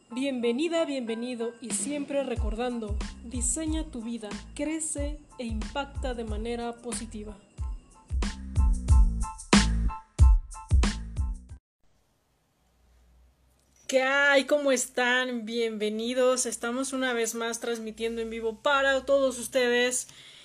Bienvenida, bienvenido y siempre recordando, diseña tu vida, crece e impacta de manera positiva. ¿Qué hay? ¿Cómo están? Bienvenidos. Estamos una vez más transmitiendo en vivo para todos ustedes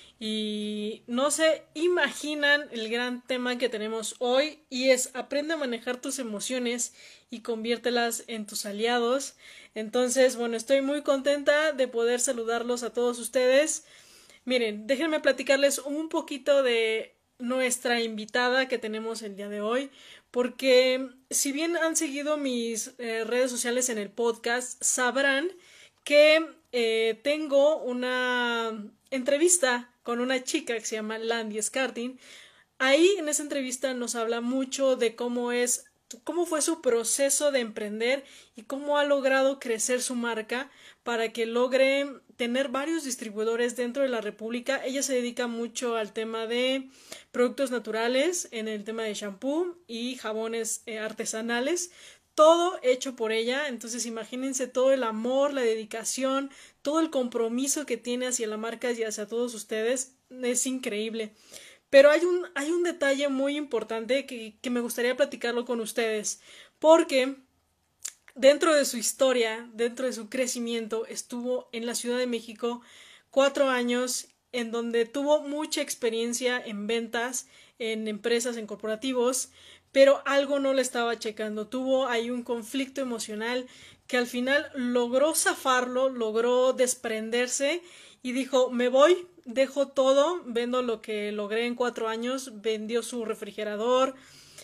y no se imaginan el gran tema que tenemos hoy y es aprende a manejar tus emociones y conviértelas en tus aliados. Entonces, bueno, estoy muy contenta de poder saludarlos a todos ustedes. Miren, déjenme platicarles un poquito de nuestra invitada que tenemos el día de hoy, porque si bien han seguido mis redes sociales en el podcast, sabrán que tengo una entrevista con una chica que se llama Landy Skartin. Ahí en esa entrevista nos habla mucho de cómo fue su proceso de emprender y cómo ha logrado crecer su marca para que logre tener varios distribuidores dentro de la República. Ella se dedica mucho al tema de productos naturales, en el tema de shampoo y jabones artesanales, todo hecho por ella. Entonces imagínense todo el amor, la dedicación, todo el compromiso que tiene hacia la marca y hacia todos ustedes. Es increíble. Pero hay un detalle muy importante que me gustaría platicarlo con ustedes, porque dentro de su historia, dentro de su crecimiento, estuvo en la Ciudad de México 4 años en donde tuvo mucha experiencia en ventas, en empresas, en corporativos, pero algo no le estaba checando. Tuvo ahí un conflicto emocional que al final logró zafarlo, logró desprenderse y dijo, me voy, dejo todo, vendo lo que logré en 4 años, vendió su refrigerador,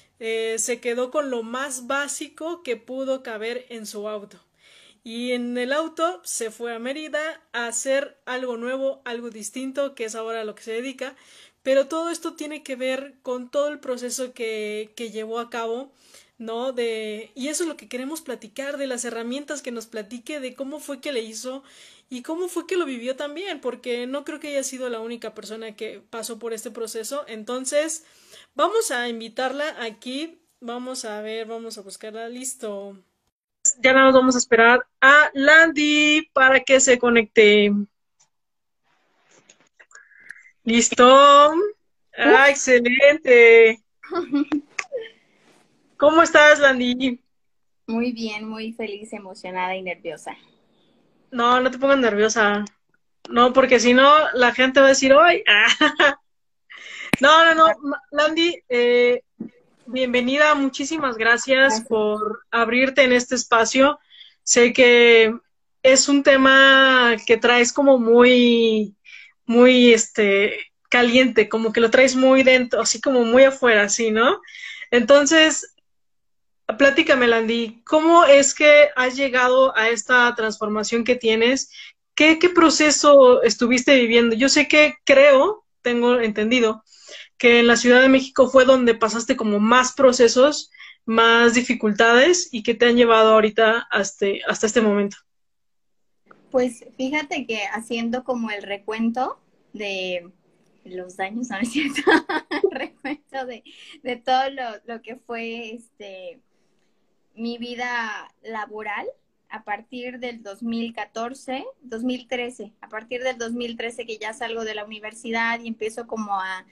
se quedó con lo más básico que pudo caber en su auto. Y en el auto se fue a Mérida a hacer algo nuevo, algo distinto, que es ahora a lo que se dedica. Pero todo esto tiene que ver con todo el proceso que llevó a cabo, ¿no? Y eso es lo que queremos platicar, de las herramientas que nos platique, de cómo fue que le hizo y cómo fue que lo vivió también, porque no creo que haya sido la única persona que pasó por este proceso. Entonces, vamos a invitarla aquí, vamos a ver, vamos a buscarla, listo. Ya nada más vamos a esperar a Landy para que se conecte. ¿Listo? Uf, Ah, excelente. ¿Cómo estás, Landy? muy bien, muy feliz, emocionada y nerviosa. No, no te pongas nerviosa. No, porque si no, la gente va a decir, ¡ay! Ah. No, no, no. Landy, bienvenida. Muchísimas gracias Gracias. por abrirte en este espacio. Sé que es un tema que traes como muy, caliente, como que lo traes muy dentro, así como muy afuera, ¿sí, no? Entonces, platícame, Landy, ¿cómo es que has llegado a esta transformación que tienes? ¿Qué proceso estuviste viviendo? Yo sé que tengo entendido, que en la Ciudad de México fue donde pasaste como más procesos, más dificultades y que te han llevado ahorita hasta este momento. Pues fíjate que haciendo como el recuento de los daños, no, no es cierto, el recuento de todo lo que fue mi vida laboral a partir del 2014, 2013, a partir del 2013 que ya salgo de la universidad y empiezo como a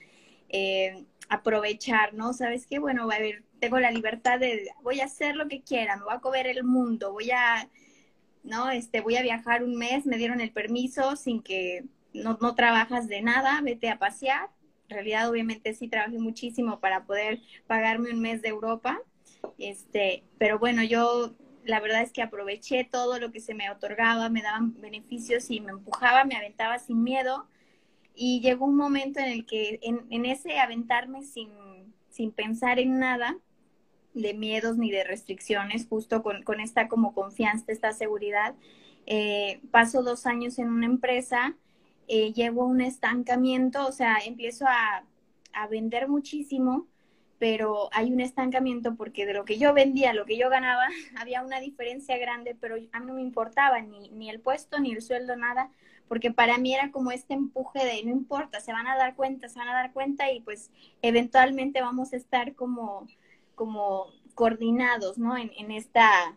aprovechar, ¿no? ¿Sabes qué? Bueno, a ver, tengo la libertad voy a hacer lo que quiera, me voy a comer el mundo, ¿no? Voy a viajar un mes, me dieron el permiso sin que no trabajas de nada, vete a pasear. En realidad, obviamente, sí trabajé muchísimo para poder pagarme un mes de Europa. Pero bueno, yo la verdad es que aproveché todo lo que se me otorgaba, me daban beneficios y me empujaba, me aventaba sin miedo. Y llegó un momento en el que en ese aventarme sin pensar en nada, de miedos ni de restricciones, justo con esta como confianza, esta seguridad. Paso 2 años en una empresa, llevo un estancamiento, o sea, empiezo a vender muchísimo, pero hay un estancamiento porque de lo que yo vendía, lo que yo ganaba, había una diferencia grande, pero a mí no me importaba ni el puesto, ni el sueldo, nada, porque para mí era como este empuje de no importa, se van a dar cuenta y pues eventualmente vamos a estar como coordinados, ¿no? En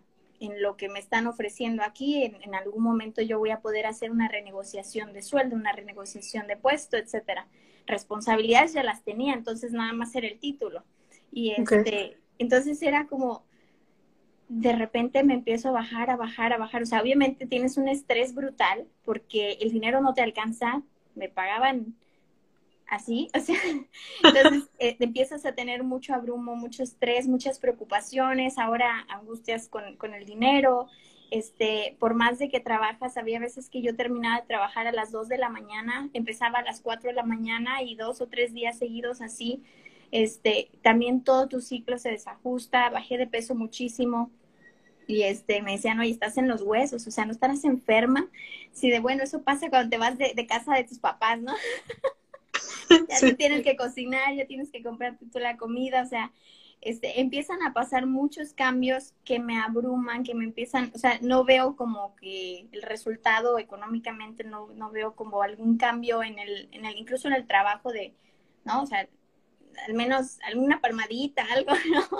en lo que me están ofreciendo aquí, en algún momento yo voy a poder hacer una renegociación de sueldo, una renegociación de puesto, etcétera. Responsabilidades ya las tenía, entonces nada más era el título. Y Okay. entonces era como, de repente me empiezo a bajar, a bajar, a bajar. O sea, obviamente tienes un estrés brutal porque el dinero no te alcanza. Me pagaban así, o sea, entonces empiezas a tener mucho abrumo, mucho estrés, muchas preocupaciones, ahora angustias con el dinero. Por más de que trabajas, había veces que yo terminaba de trabajar a las 2 de la mañana, empezaba a las 4 de la mañana y 2 o 3 días seguidos así. También todo tu ciclo se desajusta, bajé de peso muchísimo. Y me decían, oye, estás en los huesos, o sea, no estarás enferma. Sí, de bueno, eso pasa cuando te vas de casa de tus papás, ¿no? Ya tú Sí. tienes que cocinar, ya tienes que comprarte tú la comida, o sea, empiezan a pasar muchos cambios que me abruman, que me empiezan, o sea, no veo como que el resultado económicamente, no veo como algún cambio incluso en el trabajo ¿no? O sea, al menos alguna palmadita, algo, ¿no?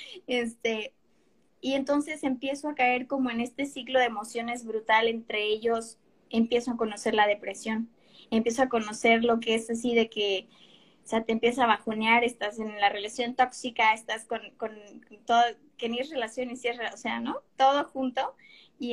Y entonces empiezo a caer como en este ciclo de emociones brutal, entre ellos empiezo a conocer la depresión, empiezo a conocer lo que es así de que, o sea, te empieza a bajonear, estás en la relación tóxica, estás con todo, que ni es relación ni cierra, o sea, ¿no? Todo junto. Y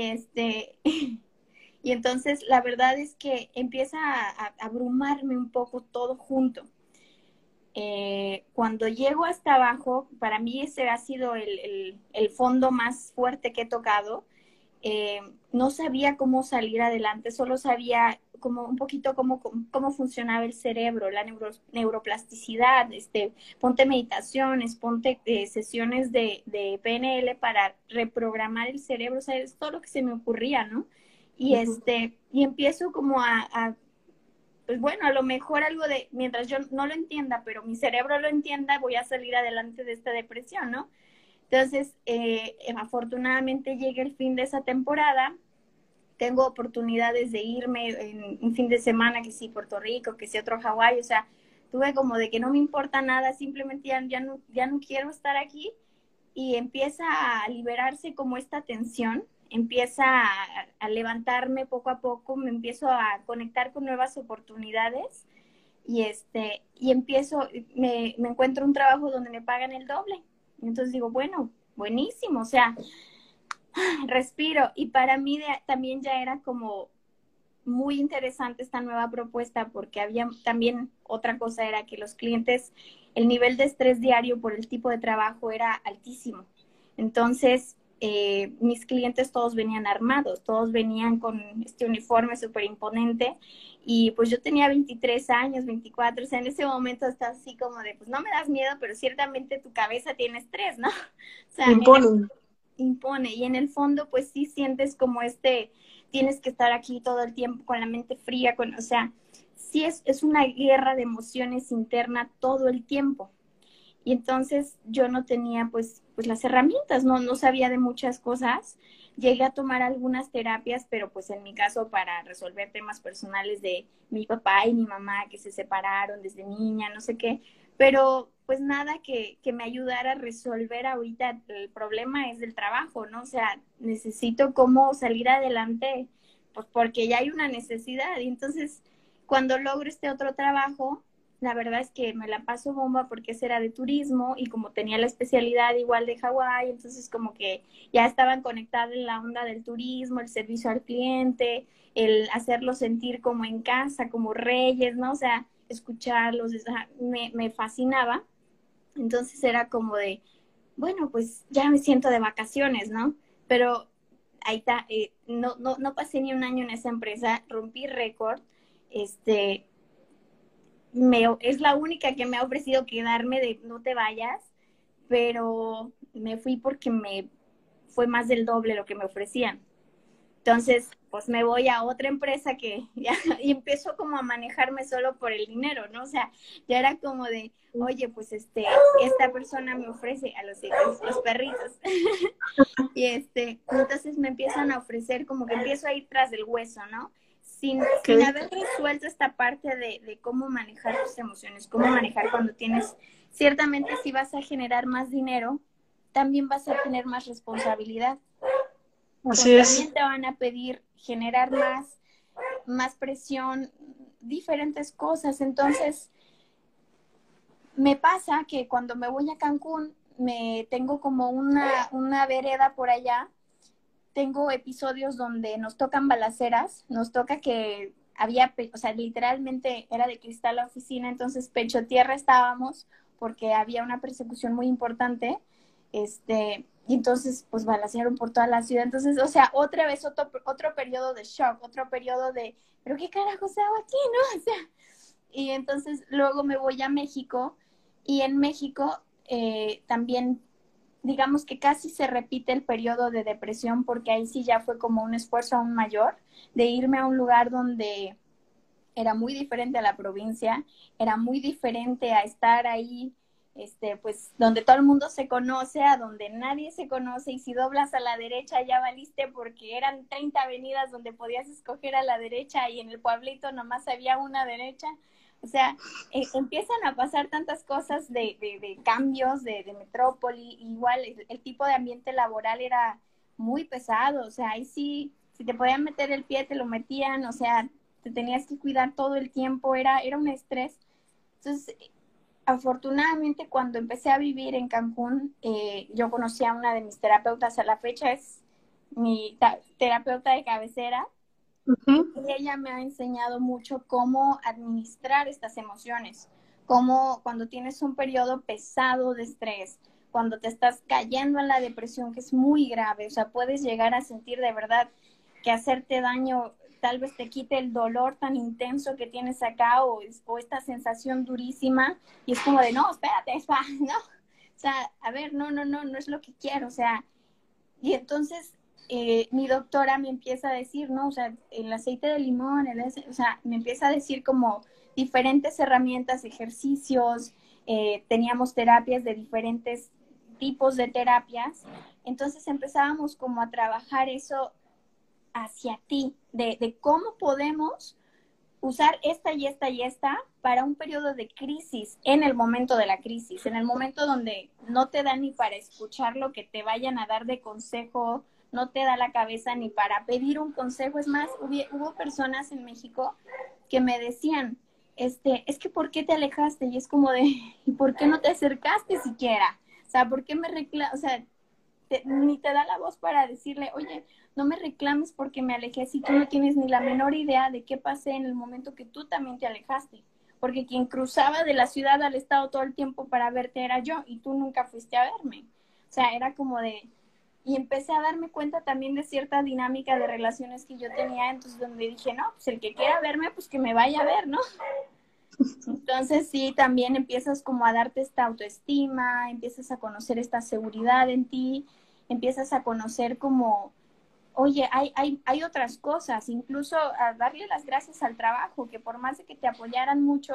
y entonces la verdad es que empieza a abrumarme un poco todo junto. Cuando llego hasta abajo, para mí ese ha sido el fondo más fuerte que he tocado. No sabía cómo salir adelante, solo sabía como un poquito cómo funcionaba el cerebro, la neuroplasticidad, ponte meditaciones, ponte sesiones de PNL para reprogramar el cerebro, o sea, es todo lo que se me ocurría, ¿no? Y Ujú. y empiezo como pues bueno, a lo mejor algo de, mientras yo no lo entienda, pero mi cerebro lo entienda, voy a salir adelante de esta depresión, ¿no? Entonces, afortunadamente llega el fin de esa temporada, tengo oportunidades de irme en un fin de semana, que sí, Puerto Rico, que sí, otro Hawái, o sea, tuve como de que no me importa nada, simplemente ya no quiero estar aquí y empieza a liberarse como esta tensión, empieza a levantarme poco a poco, me empiezo a conectar con nuevas oportunidades y me encuentro un trabajo donde me pagan el doble. Entonces digo, bueno, buenísimo, o sea, respiro. Y para mí también ya era como muy interesante esta nueva propuesta porque había también otra cosa, era que los clientes, el nivel de estrés diario por el tipo de trabajo era altísimo. Entonces, mis clientes todos venían armados, todos venían con este uniforme súper imponente y pues yo tenía 23 años, 24, o sea, en ese momento estás así como de, pues no me das miedo, pero ciertamente tu cabeza tiene estrés, ¿no? O sea, Imponen. impone y en el fondo pues sí sientes como tienes que estar aquí todo el tiempo con la mente fría, o sea, sí es una guerra de emociones interna todo el tiempo. Y entonces yo no tenía pues las herramientas, no sabía de muchas cosas. Llegué a tomar algunas terapias, pero pues en mi caso para resolver temas personales de mi papá y mi mamá que se separaron desde niña, no sé qué, pero pues nada que me ayudara a resolver ahorita el problema es del trabajo, ¿no? O sea, necesito cómo salir adelante, pues porque ya hay una necesidad. Y entonces cuando logro este otro trabajo, la verdad es que me la paso bomba porque ese era de turismo y como tenía la especialidad igual de Hawái, entonces como que ya estaban conectadas en la onda del turismo, el servicio al cliente, el hacerlos sentir como en casa, como reyes, ¿no? O sea, escucharlos, me fascinaba. Entonces era como de, bueno, pues ya me siento de vacaciones, ¿no? Pero ahí está, no pasé ni un año en esa empresa, rompí récord, este, es la única que me ha ofrecido quedarme de no te vayas, pero me fui porque me fue más del doble lo que me ofrecían. Entonces, pues me voy a otra empresa que ya, y empiezo como a manejarme solo por el dinero, ¿no? O sea, ya era como de, oye, pues esta persona me ofrece a los perritos. Y entonces me empiezan a ofrecer, como que empiezo a ir tras del hueso, ¿no? Sin Okay. haber resuelto esta parte de cómo manejar tus emociones, cómo manejar cuando tienes, ciertamente si vas a generar más dinero, también vas a tener más responsabilidad. Así es. también te van a pedir generar más presión, diferentes cosas. Entonces, me pasa que cuando me voy a Cancún, me tengo como una vereda por allá, tengo episodios donde nos tocan balaceras, nos toca que había, o sea, literalmente era de cristal la oficina, entonces pecho tierra estábamos porque había una persecución muy importante, y entonces pues balacearon por toda la ciudad, entonces, o sea, otra vez otro periodo de shock, otro periodo de, pero qué carajo se hago aquí, ¿no? O sea, y entonces luego me voy a México y en México también digamos que casi se repite el periodo de depresión porque ahí sí ya fue como un esfuerzo aún mayor de irme a un lugar donde era muy diferente a la provincia, era muy diferente a estar ahí, pues donde todo el mundo se conoce, a donde nadie se conoce y si doblas a la derecha ya valiste porque eran 30 avenidas donde podías escoger a la derecha y en el pueblito nomás había una derecha. O sea, empiezan a pasar tantas cosas de cambios de metrópoli, igual el tipo de ambiente laboral era muy pesado, o sea, ahí sí, si te podían meter el pie, te lo metían, o sea, te tenías que cuidar todo el tiempo, era un estrés. Entonces, afortunadamente, cuando empecé a vivir en Cancún, yo conocí a una de mis terapeutas, a la fecha es mi terapeuta de cabecera, Ujú. y ella me ha enseñado mucho cómo administrar estas emociones, cómo cuando tienes un periodo pesado de estrés, cuando te estás cayendo en la depresión, que es muy grave, o sea, puedes llegar a sentir de verdad que hacerte daño tal vez te quite el dolor tan intenso que tienes acá o esta sensación durísima y es como de, no, espérate, no, o sea, a ver, no es lo que quiero, o sea, y entonces mi doctora me empieza a decir, ¿no? O sea, el aceite de limón, o sea, me empieza a decir como diferentes herramientas, ejercicios, teníamos terapias de diferentes tipos de terapias, entonces empezábamos como a trabajar eso hacia ti, de cómo podemos usar esta y esta y esta para un periodo de crisis, en el momento de la crisis, en el momento donde no te da ni para escuchar lo que te vayan a dar de consejo, no te da la cabeza ni para pedir un consejo. Es más, hubo personas en México que me decían, es que ¿por qué te alejaste? Y es como de, ¿y por qué no te acercaste siquiera? O sea, ¿por qué me reclamas? O sea, ni te da la voz para decirle, oye, no me reclames porque me alejé si tú no tienes ni la menor idea de qué pasé en el momento que tú también te alejaste. Porque quien cruzaba de la ciudad al estado todo el tiempo para verte era yo y tú nunca fuiste a verme. O sea, era como de... Y empecé a darme cuenta también de cierta dinámica de relaciones que yo tenía, entonces donde dije, no, pues el que quiera verme, pues que me vaya a ver, ¿no? Entonces sí, también empiezas como a darte esta autoestima, empiezas a conocer esta seguridad en ti, empiezas a conocer como, oye, hay otras cosas, incluso a darle las gracias al trabajo, que por más de que te apoyaran mucho,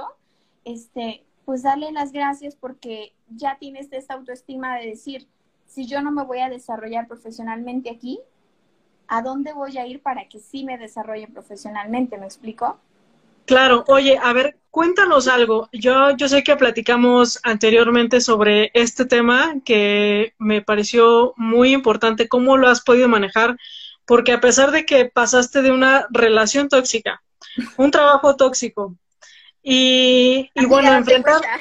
pues darle las gracias porque ya tienes esta autoestima de decir, si yo no me voy a desarrollar profesionalmente aquí, ¿a dónde voy a ir para que sí me desarrolle profesionalmente? ¿Me explico? Claro, oye, a ver, cuéntanos algo. Yo sé que platicamos anteriormente sobre este tema que me pareció muy importante. ¿Cómo lo has podido manejar? Porque a pesar de que pasaste de una relación tóxica, un trabajo tóxico y Amiga, bueno, date cuenta.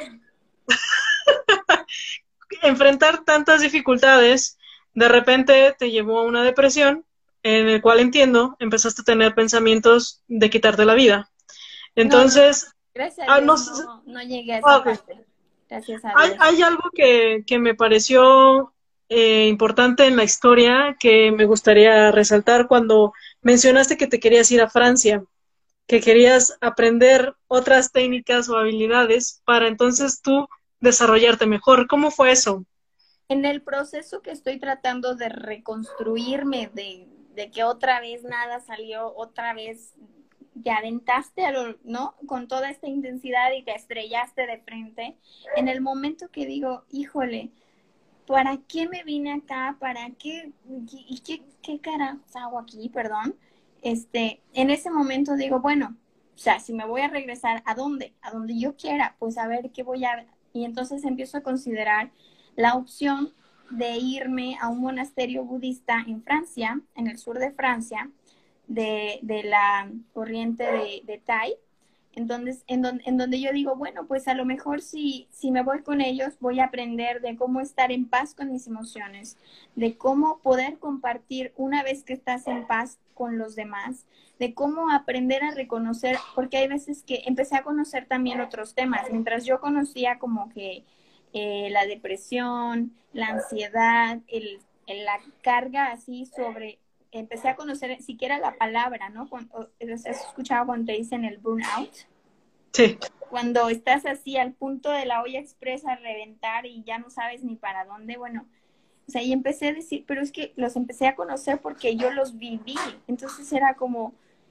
enfrentar tantas dificultades, de repente te llevó a una depresión en el cual entiendo, empezaste a tener pensamientos de quitarte la vida. No, Entonces, gracias a Dios no sé, no llegué a esa okay. parte. Gracias a Dios. Hay algo que me pareció importante en la historia que me gustaría resaltar cuando mencionaste que te querías ir a Francia, que querías aprender otras técnicas o habilidades para entonces tú desarrollarte mejor. ¿Cómo fue eso? En el proceso que estoy tratando de reconstruirme, de que otra vez nada salió, otra vez te aventaste a lo, ¿no? Con toda esta intensidad y te estrellaste de frente, en el momento que digo, híjole, ¿para qué me vine acá? ¿Para qué? ¿Y qué carajos hago aquí? Perdón. En ese momento digo, bueno, o sea, si me voy a regresar, ¿a dónde? A donde yo quiera, pues a ver qué voy a... Y entonces empiezo a considerar la opción de irme a un monasterio budista en Francia, en el sur de Francia, de la corriente de Tai. Entonces, en donde yo digo, bueno, pues a lo mejor si me voy con ellos, voy a aprender de cómo estar en paz con mis emociones, de cómo poder compartir una vez que estás en paz con los demás, de cómo aprender a reconocer, porque hay veces que empecé a conocer también otros temas, mientras yo conocía como que la depresión, la ansiedad, la carga así sobre, empecé a conocer siquiera la palabra, ¿no? Cuando, ¿has escuchado cuando te dicen el burnout? Sí. Cuando estás así al punto de la olla expresa a reventar y ya no sabes ni para dónde, bueno, o sea, y empecé a decir, pero es que los empecé a conocer porque yo los viví, entonces era como,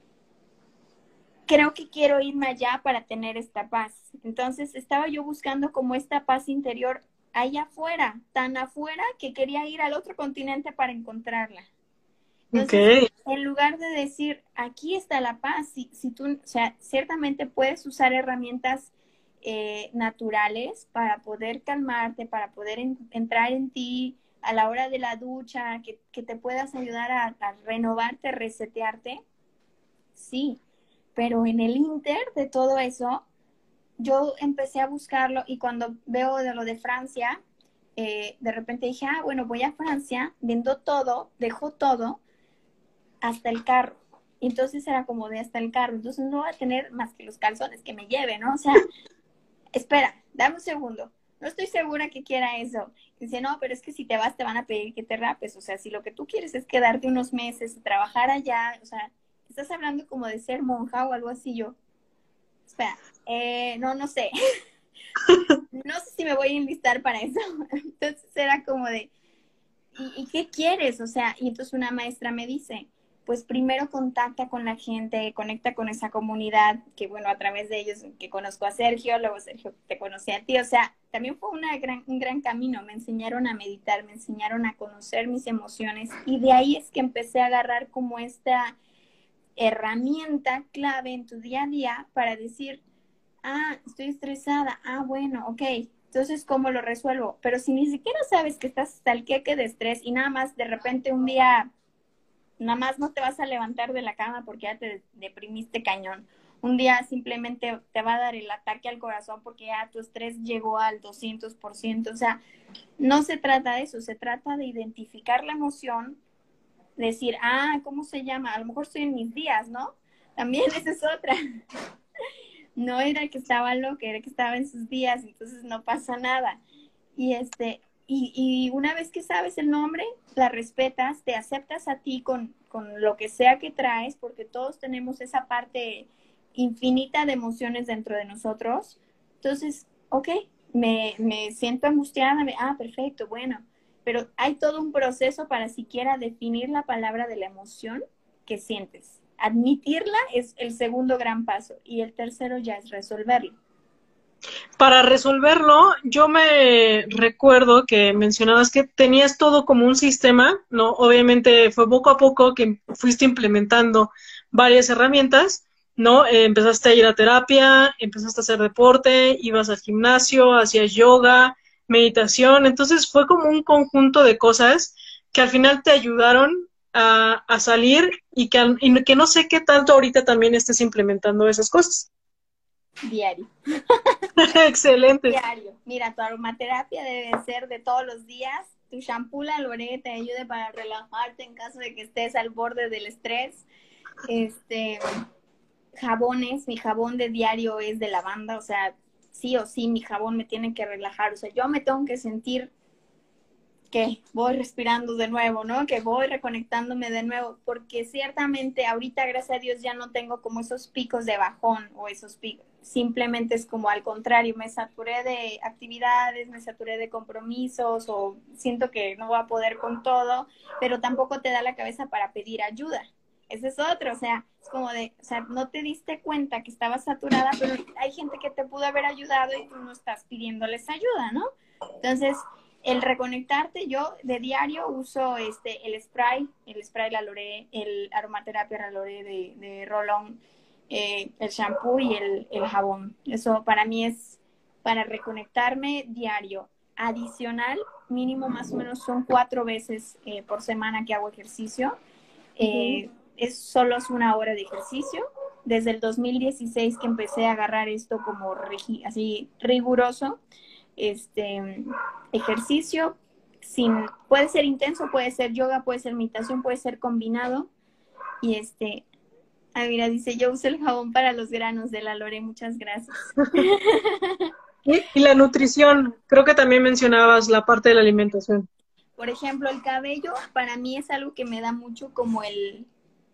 creo que quiero irme allá para tener esta paz. Entonces estaba yo buscando como esta paz interior allá afuera, tan afuera que quería ir al otro continente para encontrarla. Entonces, Ok. en lugar de decir, aquí está la paz, si tú, o sea, ciertamente puedes usar herramientas naturales para poder calmarte, para poder entrar en ti a la hora de la ducha, que te puedas ayudar a renovarte, resetearte, sí, pero en el inter de todo eso, yo empecé a buscarlo y cuando veo de lo de Francia, de repente dije, ah, bueno, voy a Francia, vendo todo, dejo todo, hasta el carro. Y entonces era como de hasta el carro, entonces no voy a tener más que los calzones que me lleve, ¿no? O sea, espera, dame un segundo, no estoy segura que quiera eso. Dice, no, pero es que si te vas te van a pedir que te rapes, o sea, si lo que tú quieres es quedarte unos meses, trabajar allá, o sea, estás hablando como de ser monja o algo así. Yo, espera, no sé, no sé si me voy a enlistar para eso. Entonces era como de, ¿y qué quieres? O sea, y entonces una maestra me dice, pues primero contacta con la gente, conecta con esa comunidad, que bueno, a través de ellos que conozco a Sergio, luego Sergio te conocí a ti, o sea, también fue un gran camino, me enseñaron a meditar, me enseñaron a conocer mis emociones y de ahí es que empecé a agarrar como esta herramienta clave en tu día a día para decir, ah, estoy estresada, ah, bueno, ok, entonces, ¿cómo lo resuelvo? Pero si ni siquiera sabes que estás hasta el queque de estrés y nada más de repente un día, nada más no te vas a levantar de la cama porque ya te deprimiste cañón. Un día simplemente te va a dar el ataque al corazón porque ya tu estrés llegó al 200%. O sea, no se trata de eso, se trata de identificar la emoción, decir, ah, ¿cómo se llama? A lo mejor estoy en mis días, ¿no? También esa es otra. No era que estaba loca, era que estaba en sus días, entonces no pasa nada. Y y una vez que sabes el nombre, la respetas, te aceptas a ti con lo que sea que traes, porque todos tenemos esa parte infinita de emociones dentro de nosotros. Entonces, ok, me siento angustiada, perfecto, bueno, pero hay todo un proceso para siquiera definir la palabra de la emoción que sientes. Admitirla es el segundo gran paso y el tercero ya es resolverlo. Para resolverlo, yo me recuerdo que mencionabas que tenías todo como un sistema, ¿no? Obviamente fue poco a poco que fuiste implementando varias herramientas, ¿no? Empezaste a ir a terapia, empezaste a hacer deporte, ibas al gimnasio, hacías yoga, meditación, entonces fue como un conjunto de cosas que al final te ayudaron a salir y que no sé qué tanto ahorita también estés implementando esas cosas. Diario. Excelente. Diario. Mira, tu aromaterapia debe ser de todos los días. Tu shampoo La Loré te ayude para relajarte en caso de que estés al borde del estrés. Este, jabones, mi jabón de diario es de lavanda, o sea, sí o sí mi jabón me tiene que relajar, o sea, yo me tengo que sentir que voy respirando de nuevo, ¿no? Que voy reconectándome de nuevo, porque ciertamente ahorita, gracias a Dios, ya no tengo como esos picos de bajón o esos picos. Simplemente es como al contrario, me saturé de actividades, me saturé de compromisos o siento que no voy a poder con todo, pero tampoco te da la cabeza para pedir ayuda. Ese es otro, o sea, es como de, o sea, no te diste cuenta que estabas saturada, pero hay gente que te pudo haber ayudado y tú no estás pidiéndoles ayuda, ¿no? Entonces, el reconectarte, yo de diario uso el spray La Loré, el aromaterapia La Loré de Rolón, el shampoo y el jabón. Eso para mí es para reconectarme diario. adicional, mínimo más o menos son 4 veces por semana que hago ejercicio. Solo es 1 hora de ejercicio. Desde el 2016 que empecé a agarrar esto como así riguroso, ejercicio, puede ser intenso, puede ser yoga, puede ser meditación, puede ser combinado. Y mira, dice, yo uso el jabón para los granos de la Lore, muchas gracias. Y la nutrición, creo que también mencionabas la parte de la alimentación. Por ejemplo, el cabello para mí es algo que me da mucho como el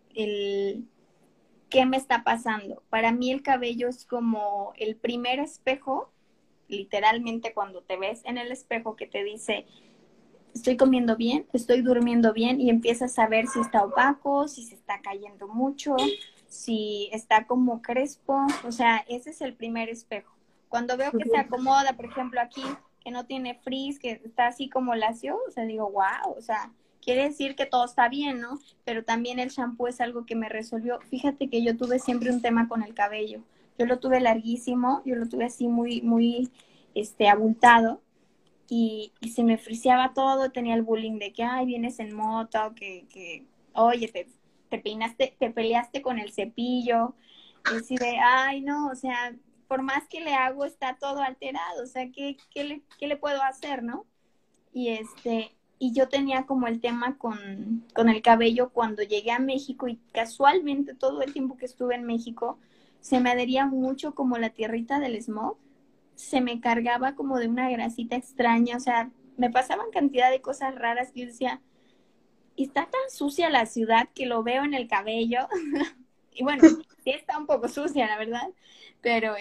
¿qué me está pasando? Para mí el cabello es como el primer espejo, literalmente cuando te ves en el espejo que te dice, estoy comiendo bien, estoy durmiendo bien, y empiezas a ver si está opaco, si se está cayendo mucho, si está como crespo. O sea, ese es el primer espejo. Cuando veo que se acomoda, por ejemplo, aquí, que no tiene frizz, que está así como lacio, o sea, digo, wow, o sea, quiere decir que todo está bien, ¿no? Pero también el shampoo es algo que me resolvió. Fíjate que yo tuve siempre un tema con el cabello. Yo lo tuve larguísimo, yo lo tuve así muy, muy, abultado. Y se me friseaba todo, tenía el bullying de que, ay, vienes en moto, oye, te peinaste, te peleaste con el cepillo, y así de, ay, no, o sea, por más que le hago, está todo alterado, o sea, ¿qué le puedo hacer, no? Y y yo tenía como el tema con el cabello cuando llegué a México, y casualmente todo el tiempo que estuve en México, se me adhería mucho como la tierrita del smog, se me cargaba como de una grasita extraña, o sea, me pasaban cantidad de cosas raras que yo decía, y está tan sucia la ciudad que lo veo en el cabello. Y bueno, sí está un poco sucia, la verdad, pero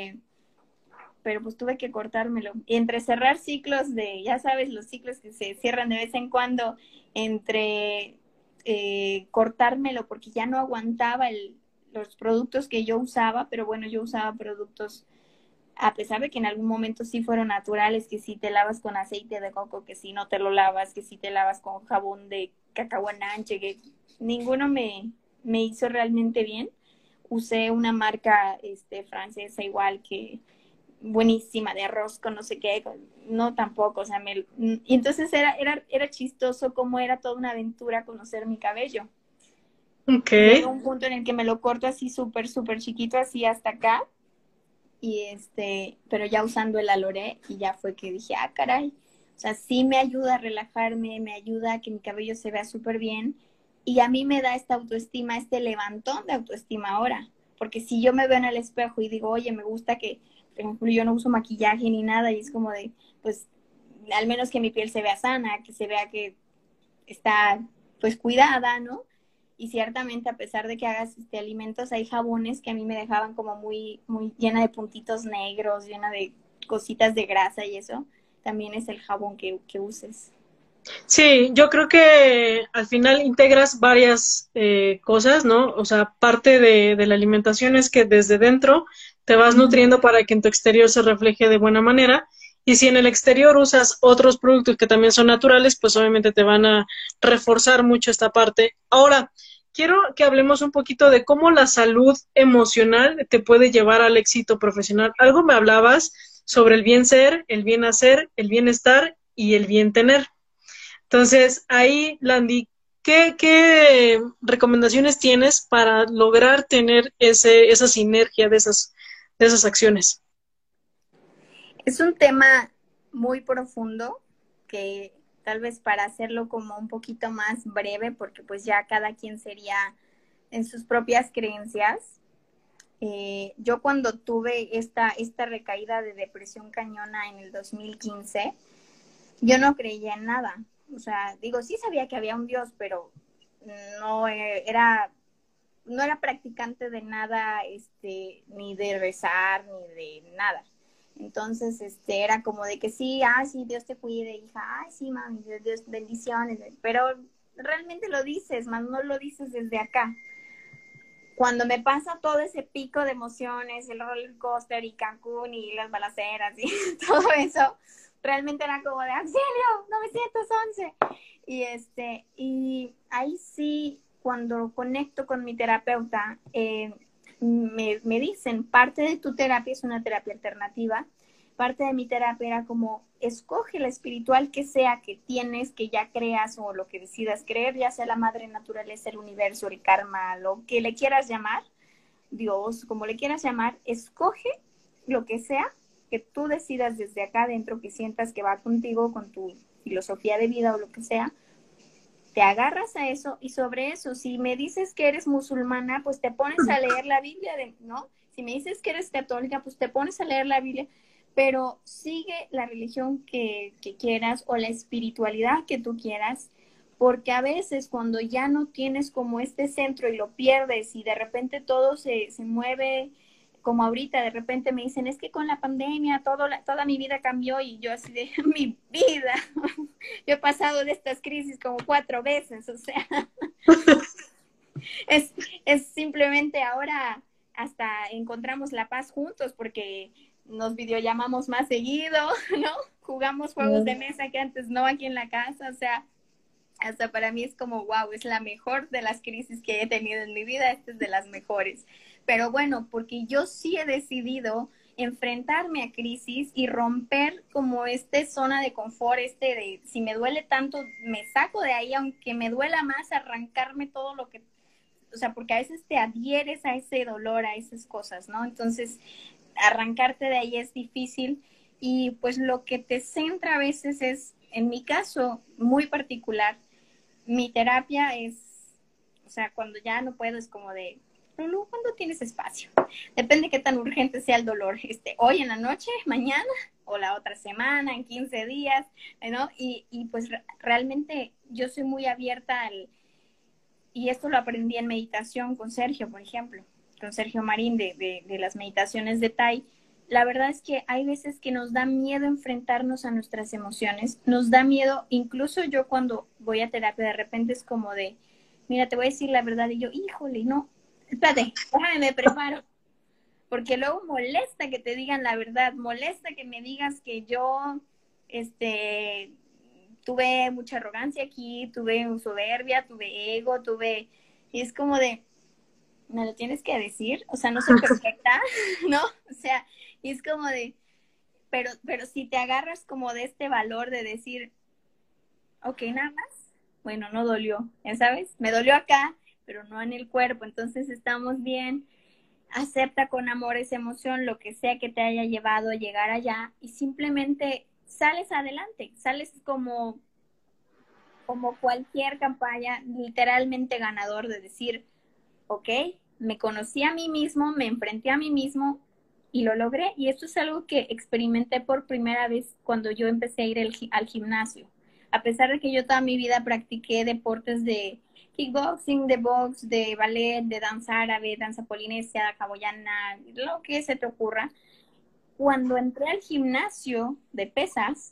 pero pues tuve que cortármelo. Y entre cerrar ciclos ya sabes, los ciclos que se cierran de vez en cuando, entre cortármelo porque ya no aguantaba los productos que yo usaba, pero bueno, yo usaba productos, a pesar de que en algún momento sí fueron naturales, que si te lavas con aceite de coco, que si no te lo lavas, que si te lavas con jabón de cacahuananche, que ninguno me hizo realmente bien. Usé una marca francesa igual, que buenísima, de arroz con no sé qué, no tampoco, o sea, y entonces era chistoso cómo era toda una aventura conocer mi cabello. Ok. Y llega un punto en el que me lo corto así súper, súper chiquito, así hasta acá, y pero ya usando el Aloré, y ya fue que dije, ah, caray, o sea, sí me ayuda a relajarme, me ayuda a que mi cabello se vea súper bien, y a mí me da esta autoestima, este levantón de autoestima ahora, porque si yo me veo en el espejo y digo, oye, me gusta que, por ejemplo, yo no uso maquillaje ni nada, y es como de, pues, al menos que mi piel se vea sana, que se vea que está, pues, cuidada, ¿no? Y ciertamente, a pesar de que hagas alimentos, hay jabones que a mí me dejaban como muy, muy llena de puntitos negros, llena de cositas de grasa, y eso también es el jabón que uses. Sí, yo creo que al final integras varias cosas, ¿no? O sea, parte de la alimentación es que desde dentro te vas nutriendo para que en tu exterior se refleje de buena manera. Y si en el exterior usas otros productos que también son naturales, pues obviamente te van a reforzar mucho esta parte. Ahora, quiero que hablemos un poquito de cómo la salud emocional te puede llevar al éxito profesional. Algo me hablabas sobre el bien ser, el bien hacer, el bienestar y el bien tener. Entonces, ahí, Landy, ¿qué recomendaciones tienes para lograr tener esa sinergia de esas acciones? Es un tema muy profundo que tal vez, para hacerlo como un poquito más breve, porque pues ya cada quien sería en sus propias creencias. Yo cuando tuve esta recaída de depresión cañona en el 2015, yo no creía en nada. O sea, digo, sí sabía que había un Dios, pero no no era practicante de nada, ni de rezar, ni de nada. Entonces, era como de que sí, sí, Dios te cuide, hija, ay, sí, mami, Dios, bendiciones, pero realmente lo dices, man, no lo dices desde acá. Cuando me pasa todo ese pico de emociones, el roller coaster y Cancún y las balaceras y todo eso, realmente era como de auxilio, 911. Y ahí sí, cuando conecto con mi terapeuta, me dicen, parte de tu terapia es una terapia alternativa, parte de mi terapia era como, escoge la espiritual que sea que tienes, que ya creas o lo que decidas creer, ya sea la madre naturaleza, el universo, el karma, lo que le quieras llamar, Dios, como le quieras llamar, escoge lo que sea que tú decidas desde acá adentro, que sientas que va contigo, con tu filosofía de vida o lo que sea, te agarras a eso y sobre eso, si me dices que eres musulmana, pues te pones a leer la Biblia, ¿no? Si me dices que eres católica, pues te pones a leer la Biblia, pero sigue la religión que quieras o la espiritualidad que tú quieras, porque a veces cuando ya no tienes como este centro y lo pierdes y de repente todo se mueve, como ahorita de repente me dicen, es que con la pandemia toda mi vida cambió y yo así de mi vida, yo he pasado de estas crisis como 4 veces, o sea, es simplemente ahora hasta encontramos la paz juntos porque nos videollamamos más seguido, ¿no? Jugamos juegos de mesa que antes no aquí en la casa, o sea, hasta para mí es como, wow, es la mejor de las crisis que he tenido en mi vida, esta es de las mejores. Pero bueno, porque yo sí he decidido enfrentarme a crisis y romper como esta zona de confort, de si me duele tanto, me saco de ahí, aunque me duela más, arrancarme todo lo que, o sea, porque a veces te adhieres a ese dolor, a esas cosas, ¿no? Entonces, arrancarte de ahí es difícil y pues lo que te centra a veces es, en mi caso muy particular, mi terapia es, o sea, cuando ya no puedo es como de, Lulu, ¿cuándo tienes espacio? Depende qué tan urgente sea el dolor, hoy en la noche, mañana o la otra semana, en 15 días, ¿no? Y pues realmente yo soy muy abierta y esto lo aprendí en meditación con Sergio, por ejemplo, con Sergio Marín de las meditaciones de Tai. La verdad es que hay veces que nos da miedo enfrentarnos a nuestras emociones, nos da miedo, incluso yo cuando voy a terapia de repente es como de, mira, te voy a decir la verdad, y yo, híjole, no, espérate, déjame, me preparo, porque luego molesta que te digan la verdad, molesta que me digas que yo, tuve mucha arrogancia aquí, tuve soberbia, tuve ego, y es como de, ¿me lo tienes que decir? O sea, no soy perfecta, ¿no? O sea, y es como de, pero si te agarras como de este valor de decir, ok, nada más, bueno, no dolió, ¿ya sabes? Me dolió acá, pero no en el cuerpo, entonces estamos bien, acepta con amor esa emoción, lo que sea que te haya llevado a llegar allá, y simplemente sales adelante, sales como cualquier campaña, literalmente ganador de decir, ok, me conocí a mí mismo, me enfrenté a mí mismo y lo logré. Y esto es algo que experimenté por primera vez cuando yo empecé a ir al gimnasio. A pesar de que yo toda mi vida practiqué deportes de kickboxing, de box, de ballet, de danza árabe, danza polinesia, hawaiana, lo que se te ocurra, cuando entré al gimnasio de pesas,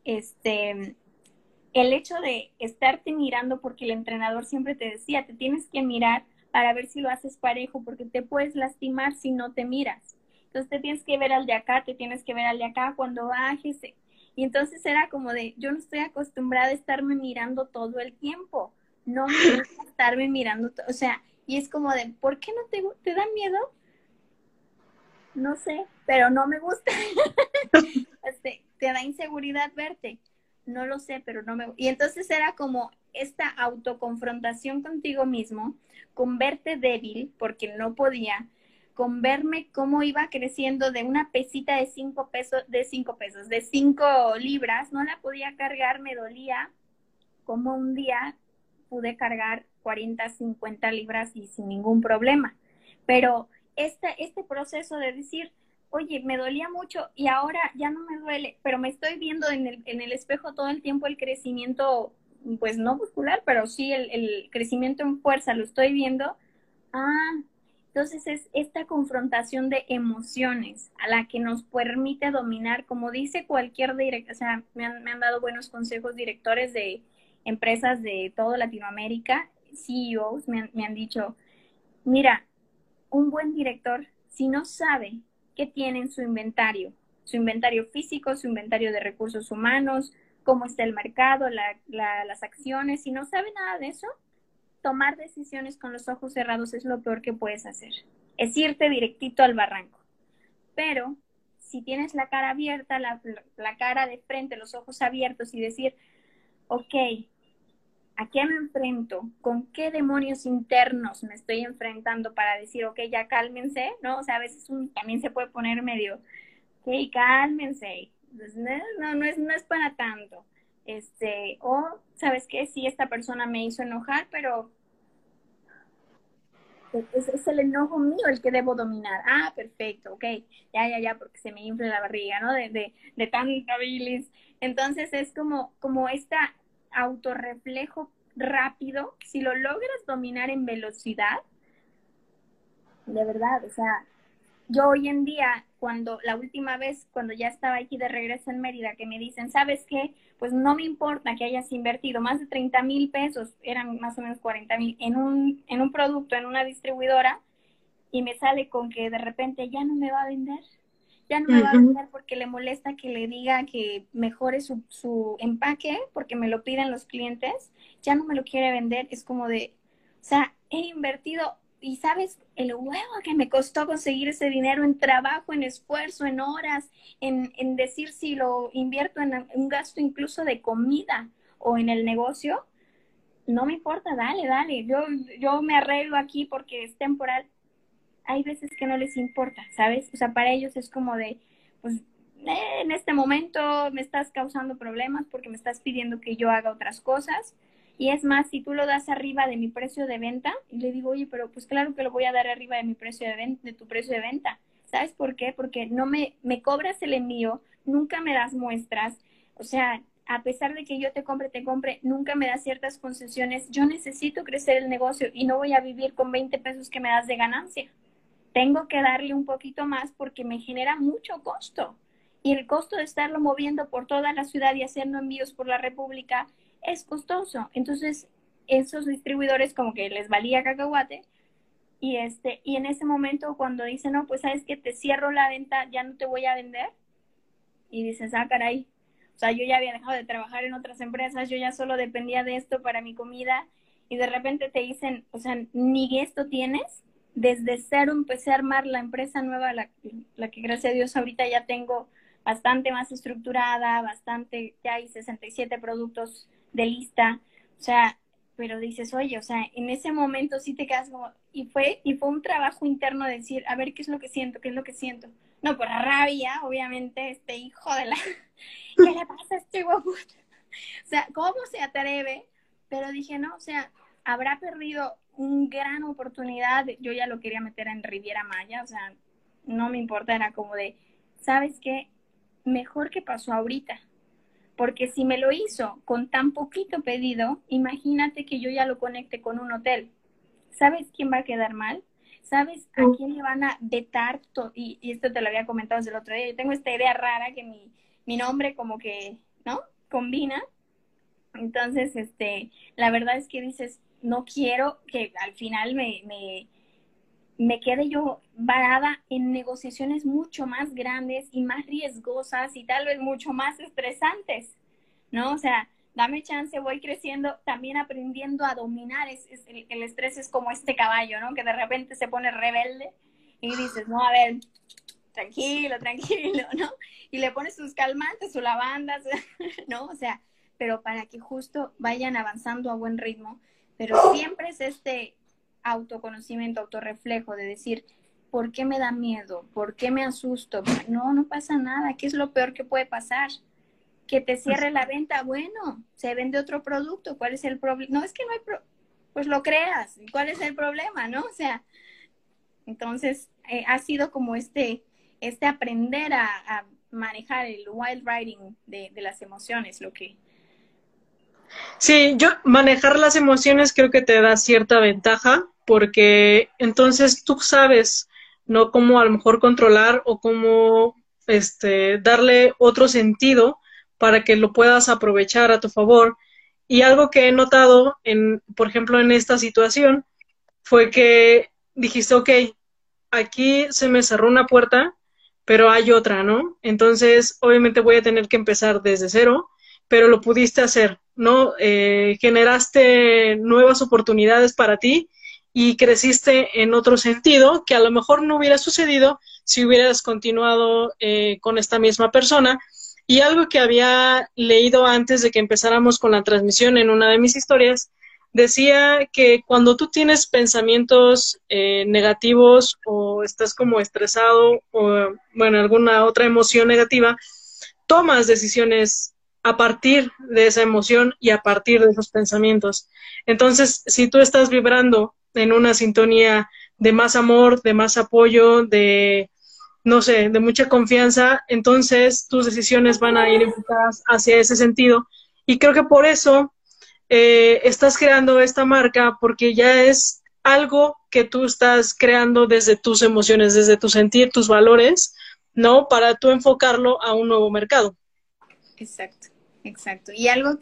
el hecho de estarte mirando, porque el entrenador siempre te decía, te tienes que mirar para ver si lo haces parejo, porque te puedes lastimar si no te miras. Entonces te tienes que ver al de acá, te tienes que ver al de acá cuando bajes. Y entonces era como de, yo no estoy acostumbrada a estarme mirando todo el tiempo. No me gusta estarme mirando, o sea, y es como de, ¿por qué no te da miedo? No sé, pero no me gusta. Te da inseguridad verte. No lo sé, pero no me... Y entonces era como esta autoconfrontación contigo mismo, con verte débil, porque no podía, con verme cómo iba creciendo de una pesita de 5 pesos, de 5 libras, no la podía cargar, me dolía, como un día pude cargar 40, 50 libras y sin ningún problema. Pero este proceso de decir, oye, me dolía mucho y ahora ya no me duele, pero me estoy viendo en el espejo todo el tiempo el crecimiento, pues no muscular, pero sí el crecimiento en fuerza, lo estoy viendo. Ah, entonces es esta confrontación de emociones a la que nos permite dominar, como dice cualquier director, o sea, me han dado buenos consejos directores de empresas de toda Latinoamérica, CEOs, me han dicho, mira, un buen director, si no sabe qué tiene en su inventario físico, su inventario de recursos humanos, cómo está el mercado, las acciones, si no sabe nada de eso, tomar decisiones con los ojos cerrados es lo peor que puedes hacer. Es irte directito al barranco. Pero si tienes la cara abierta, la cara de frente, los ojos abiertos y decir, ok, ¿a qué me enfrento? ¿Con qué demonios internos me estoy enfrentando para decir, ok, ya cálmense, ¿no? O sea, a veces también se puede poner medio, ok, cálmense, pues, no es para tanto. O, ¿sabes qué? Sí, esta persona me hizo enojar, pero es el enojo mío el que debo dominar. Ah, perfecto, ok, ya, porque se me infla la barriga, ¿no? De tanta bilis. Entonces es como esta autorreflejo rápido, si lo logras dominar en velocidad, de verdad, o sea, yo hoy en día, la última vez, cuando ya estaba aquí de regreso en Mérida, que me dicen, ¿sabes qué? Pues no me importa que hayas invertido más de 30,000 pesos, eran más o menos 40,000, en un producto, en una distribuidora, y me sale con que de repente ya no me va a vender. Ya no me va a vender porque le molesta que le diga que mejore su empaque, porque me lo piden los clientes, ya no me lo quiere vender. Es como de, o sea, he invertido, y sabes, el huevo que me costó conseguir ese dinero en trabajo, en esfuerzo, en horas, en decir si lo invierto en un gasto incluso de comida o en el negocio, no me importa, dale, yo me arreglo aquí porque es temporal. Hay veces que no les importa, ¿sabes? O sea, para ellos es como de, pues, en este momento me estás causando problemas porque me estás pidiendo que yo haga otras cosas. Y es más, si tú lo das arriba de mi precio de venta, y le digo, oye, pero pues claro que lo voy a dar arriba de mi precio de venta, de tu precio de venta. ¿Sabes por qué? Porque no me cobras el envío, nunca me das muestras. O sea, a pesar de que yo te compre, nunca me das ciertas concesiones. Yo necesito crecer el negocio y no voy a vivir con 20 pesos que me das de ganancia. Tengo que darle un poquito más porque me genera mucho costo. Y el costo de estarlo moviendo por toda la ciudad y haciendo envíos por la República es costoso. Entonces, esos distribuidores como que les valía cacahuate. Y en ese momento cuando dicen, no, pues sabes que te cierro la venta, ya no te voy a vender. Y dices, ah, caray. O sea, yo ya había dejado de trabajar en otras empresas, yo ya solo dependía de esto para mi comida. Y de repente te dicen, o sea, ni esto tienes. Desde cero empecé a armar la empresa nueva, la que gracias a Dios ahorita ya tengo bastante más estructurada, ya hay 67 productos de lista, o sea, pero dices, oye, o sea, en ese momento sí te quedas como, y fue un trabajo interno de decir, a ver, ¿qué es lo que siento? ¿Qué es lo que siento? No, pues rabia, obviamente, hijo de la, ¿qué le pasa a este guapo? O sea, ¿cómo se atreve? Pero dije, no, o sea, habrá perdido una gran oportunidad. Yo ya lo quería meter en Riviera Maya, o sea, no me importa, era como de, ¿sabes qué? Mejor que pasó ahorita. Porque si me lo hizo con tan poquito pedido, imagínate que yo ya lo conecte con un hotel. ¿Sabes quién va a quedar mal? ¿Sabes a quién le van a vetar? Y esto te lo había comentado desde el otro día. Yo tengo esta idea rara que mi nombre como que, ¿no? Combina. Entonces, la verdad es que dices, no quiero que al final me quede yo varada en negociaciones mucho más grandes y más riesgosas y tal vez mucho más estresantes, ¿no? O sea, dame chance, voy creciendo, también aprendiendo a dominar. El estrés es como este caballo, ¿no? Que de repente se pone rebelde y dices, no, a ver, tranquilo, ¿no? Y le pones sus calmantes, su lavanda, ¿no? O sea, pero para que justo vayan avanzando a buen ritmo, pero siempre es este autoconocimiento, autorreflejo de decir, ¿por qué me da miedo? ¿Por qué me asusto? No pasa nada. ¿Qué es lo peor que puede pasar? Que te cierre la venta. Bueno, se vende otro producto. ¿Cuál es el problema? No, es que no hay pues lo creas. ¿Cuál es el problema? ¿No? O sea, entonces ha sido como este aprender a manejar el wild riding de las emociones, lo que... Sí, yo manejar las emociones creo que te da cierta ventaja porque entonces tú sabes, ¿no? Cómo a lo mejor controlar o cómo darle otro sentido para que lo puedas aprovechar a tu favor. Y algo que he notado por ejemplo, en esta situación fue que dijiste, ok, aquí se me cerró una puerta, pero hay otra, ¿no? Entonces, obviamente voy a tener que empezar desde cero, pero lo pudiste hacer, ¿no? Generaste nuevas oportunidades para ti y creciste en otro sentido que a lo mejor no hubiera sucedido si hubieras continuado con esta misma persona. Y algo que había leído antes de que empezáramos con la transmisión en una de mis historias, decía que cuando tú tienes pensamientos negativos o estás como estresado o, bueno, alguna otra emoción negativa, tomas decisiones a partir de esa emoción y a partir de esos pensamientos. Entonces, si tú estás vibrando en una sintonía de más amor, de más apoyo, de, no sé, de mucha confianza, entonces tus decisiones van a ir enfocadas hacia ese sentido. Y creo que por eso estás creando esta marca, porque ya es algo que tú estás creando desde tus emociones, desde tu sentir, tus valores, ¿no? Para tú enfocarlo a un nuevo mercado. Exacto, exacto. Y algo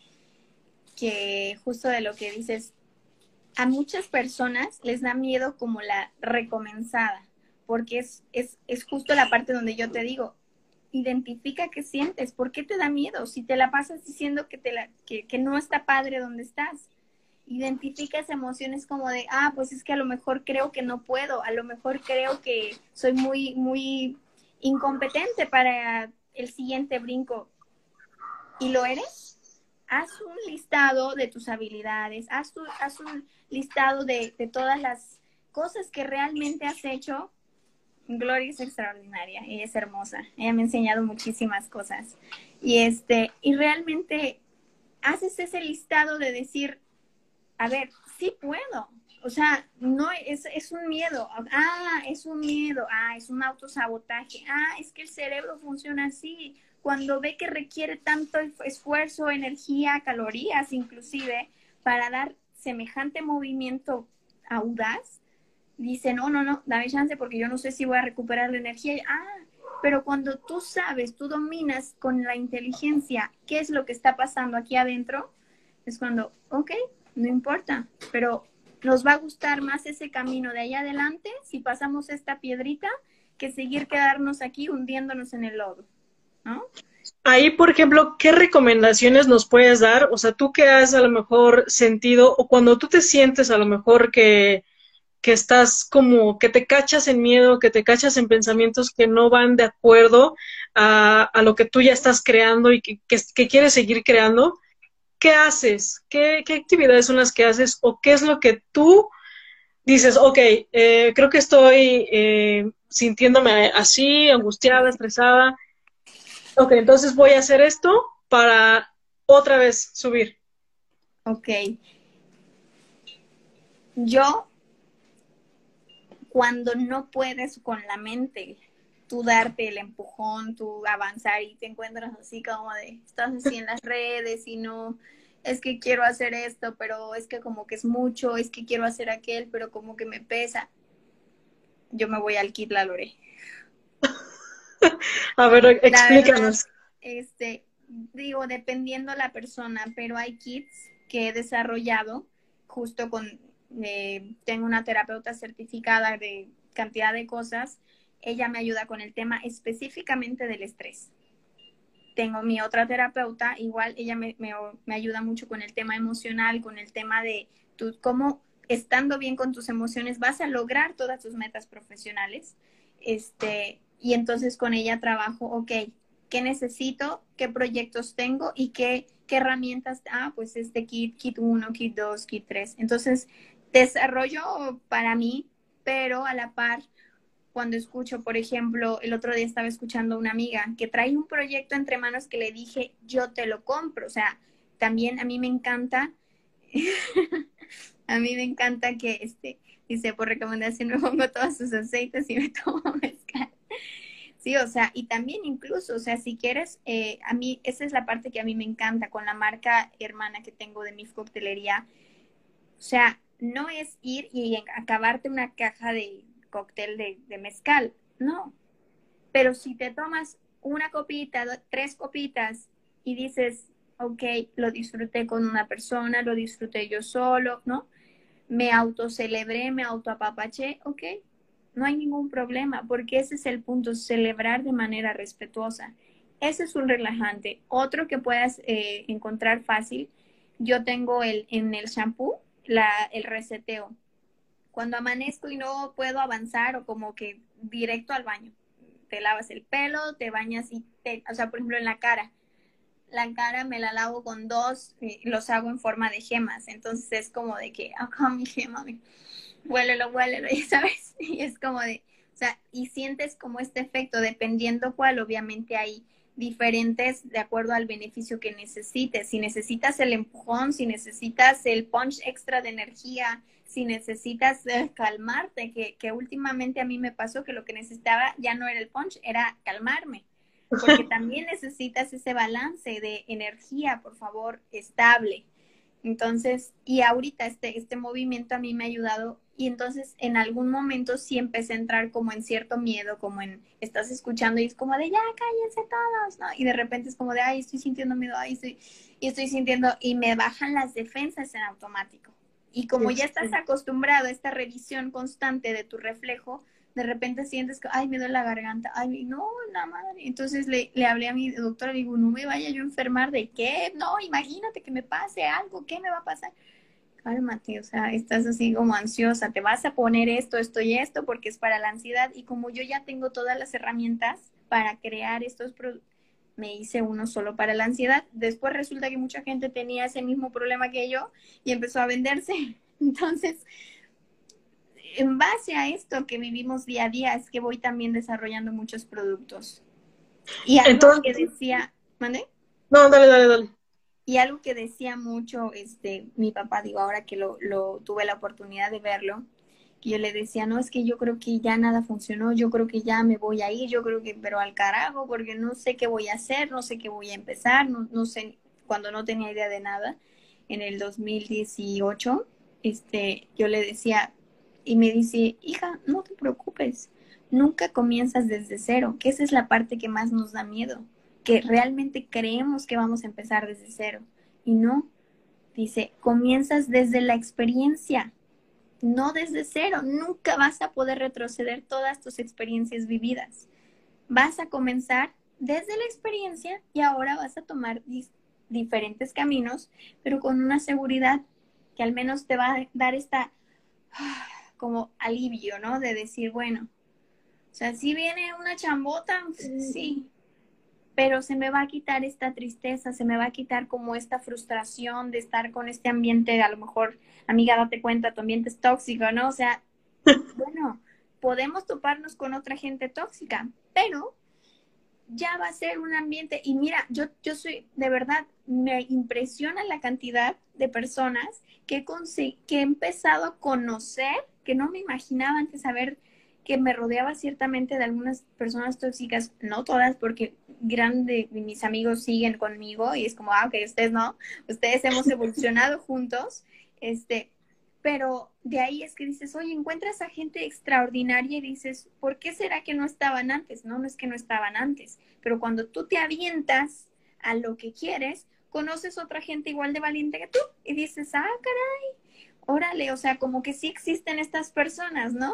que justo de lo que dices, a muchas personas les da miedo como la recomenzada, porque es justo la parte donde yo te digo, identifica qué sientes, ¿por qué te da miedo? Si te la pasas diciendo que no está padre donde estás. Identifica esas emociones como de, pues es que a lo mejor creo que no puedo, a lo mejor creo que soy muy, muy incompetente para el siguiente brinco. ¿Y lo eres? Haz un listado de tus habilidades, haz un listado de todas las cosas que realmente has hecho. Gloria es extraordinaria, ella es hermosa, ella me ha enseñado muchísimas cosas. Y realmente haces ese listado de decir, a ver, sí puedo. O sea, no es un miedo. Es un miedo. Es un autosabotaje. Es que el cerebro funciona así. Cuando ve que requiere tanto esfuerzo, energía, calorías inclusive, para dar semejante movimiento audaz, dice, no, dame chance porque yo no sé si voy a recuperar la energía. Pero cuando tú sabes, tú dominas con la inteligencia qué es lo que está pasando aquí adentro, es cuando, ok, no importa, pero nos va a gustar más ese camino de allá adelante si pasamos esta piedrita que seguir quedarnos aquí hundiéndonos en el lodo, ¿no? Ahí, por ejemplo, ¿qué recomendaciones nos puedes dar? O sea, tú que has a lo mejor sentido, o cuando tú te sientes a lo mejor que estás como, que te cachas en miedo, que te cachas en pensamientos que no van de acuerdo a lo que tú ya estás creando y que quieres seguir creando, ¿qué haces? ¿Qué actividades son las que haces? ¿O qué es lo que tú dices, ok, creo que estoy sintiéndome así, angustiada, estresada? Ok, entonces voy a hacer esto para otra vez subir. Ok. Yo, cuando no puedes con la mente, tú darte el empujón, tú avanzar y te encuentras así como de, estás así en las redes y no, es que quiero hacer esto, pero es que como que es mucho, es que quiero hacer aquel, pero como que me pesa. Yo me voy al Kit La Lore. A ver, La verdad, explícanos. digo, dependiendo la persona, pero hay kits que he desarrollado justo tengo una terapeuta certificada de cantidad de cosas, ella me ayuda con el tema específicamente del estrés. Tengo mi otra terapeuta, igual ella me ayuda mucho con el tema emocional, con el tema de cómo estando bien con tus emociones vas a lograr todas tus metas profesionales. Y entonces con ella trabajo, ok, ¿qué necesito? ¿Qué proyectos tengo? ¿Y qué herramientas? Pues kit 1, kit 2, kit 3. Entonces, desarrollo para mí, pero a la par, cuando escucho, por ejemplo, el otro día estaba escuchando a una amiga que trae un proyecto entre manos que le dije, yo te lo compro. O sea, también a mí me encanta, a mí me encanta que dice, por recomendación me pongo todos sus aceites y me tomo mezcal. Sí, o sea, y también incluso, o sea, si quieres, a mí, esa es la parte que a mí me encanta con la marca hermana que tengo de MIF Coctelería. O sea, no es ir y acabarte una caja de cóctel de mezcal, no. Pero si te tomas una copita, 3 copitas y dices, ok, lo disfruté con una persona, lo disfruté yo solo, ¿no? Me autocelebré, me autoapapaché, ok, no hay ningún problema, porque ese es el punto, celebrar de manera respetuosa. Ese es un relajante. Otro que puedas encontrar fácil, yo tengo en el shampoo el reseteo. cuando amanezco y no puedo avanzar o como que directo al baño. Te lavas el pelo, te bañas y o sea, por ejemplo, en la cara. La cara me la lavo con dos, los hago en forma de gemas. Entonces es como de que, acá mi gema, huélelo, ya sabes. Y es como de, o sea, y sientes como este efecto, dependiendo cuál, obviamente hay diferentes de acuerdo al beneficio que necesites. Si necesitas el empujón, si necesitas el punch extra de energía, si necesitas calmarte, que últimamente a mí me pasó que lo que necesitaba ya no era el punch, era calmarme, porque también necesitas ese balance de energía, por favor, estable. Entonces, y ahorita este movimiento a mí me ha ayudado y entonces en algún momento sí empecé a entrar como en cierto miedo, como en, estás escuchando y es como de, ya, cállense todos, ¿no? Y de repente es como de, ay, estoy sintiendo miedo, y estoy sintiendo, y me bajan las defensas en automático. Y como ya estás acostumbrado a esta revisión constante de tu reflejo, de repente sientes que, ay, me duele la garganta, ay, no, la madre. Entonces le hablé a mi doctora, digo, no me vaya yo a enfermar, ¿de qué? No, imagínate que me pase algo, ¿qué me va a pasar? Cálmate, o sea, estás así como ansiosa, te vas a poner esto, esto y esto, porque es para la ansiedad, y como yo ya tengo todas las herramientas para crear estos productos, me hice uno solo para la ansiedad. Después resulta que mucha gente tenía ese mismo problema que yo y empezó a venderse. Entonces, en base a esto que vivimos día a día, es que voy también desarrollando muchos productos. Y algo que Entonces, decía, ¿mande? no, dale, dale, dale. Y algo que decía mucho mi papá, digo, ahora que lo tuve la oportunidad de verlo, que yo le decía, no, es que yo creo que ya nada funcionó, yo creo que ya me voy a ir, yo creo que, pero al carajo, porque no sé qué voy a hacer, no sé qué voy a empezar, no sé, cuando no tenía idea de nada, en el 2018, yo le decía, y me dice, hija, no te preocupes, nunca comienzas desde cero, que esa es la parte que más nos da miedo, que realmente creemos que vamos a empezar desde cero. Y no, dice, comienzas desde la experiencia, no desde cero. Nunca vas a poder retroceder todas tus experiencias vividas. Vas a comenzar desde la experiencia y ahora vas a tomar diferentes caminos, pero con una seguridad que al menos te va a dar esta como alivio, ¿no? De decir, bueno, o sea, si viene una chambota, sí, pero se me va a quitar esta tristeza, se me va a quitar como esta frustración de estar con este ambiente, a lo mejor, amiga, date cuenta, tu ambiente es tóxico, ¿no? O sea, bueno, podemos toparnos con otra gente tóxica, pero ya va a ser un ambiente, y mira, yo soy, de verdad, me impresiona la cantidad de personas que he empezado a conocer, que no me imaginaba antes saber que me rodeaba ciertamente de algunas personas tóxicas, no todas, porque grande mis amigos siguen conmigo y es como, ok, ustedes no, ustedes hemos evolucionado juntos, pero de ahí es que dices, oye, encuentras a gente extraordinaria y dices, ¿por qué será que no estaban antes? No, no es que no estaban antes, pero cuando tú te avientas a lo que quieres, conoces otra gente igual de valiente que tú y dices, ah, caray, órale, o sea, como que sí existen estas personas, ¿no?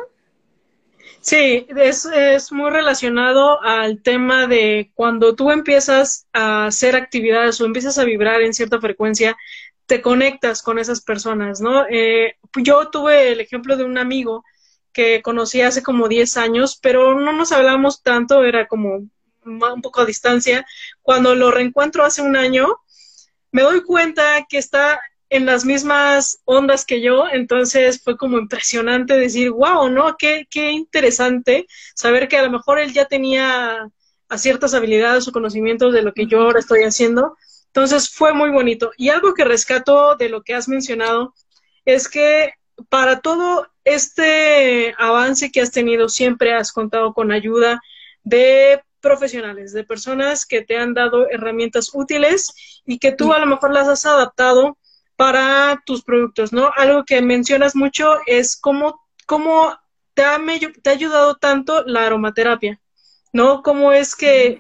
Sí, es muy relacionado al tema de cuando tú empiezas a hacer actividades o empiezas a vibrar en cierta frecuencia, te conectas con esas personas, ¿no? Yo tuve el ejemplo de un amigo que conocí hace como 10 años, pero no nos hablamos tanto, era como un poco a distancia. Cuando lo reencuentro hace un año, me doy cuenta que está en las mismas ondas que yo, entonces fue como impresionante decir, wow, ¿no? Qué interesante saber que a lo mejor él ya tenía a ciertas habilidades o conocimientos de lo que yo ahora estoy haciendo. Entonces fue muy bonito. Y algo que rescato de lo que has mencionado es que para todo este avance que has tenido, siempre has contado con ayuda de profesionales, de personas que te han dado herramientas útiles y que tú a lo mejor las has adaptado para tus productos, ¿no? Algo que mencionas mucho es cómo te ha ayudado tanto la aromaterapia, ¿no? Cómo es que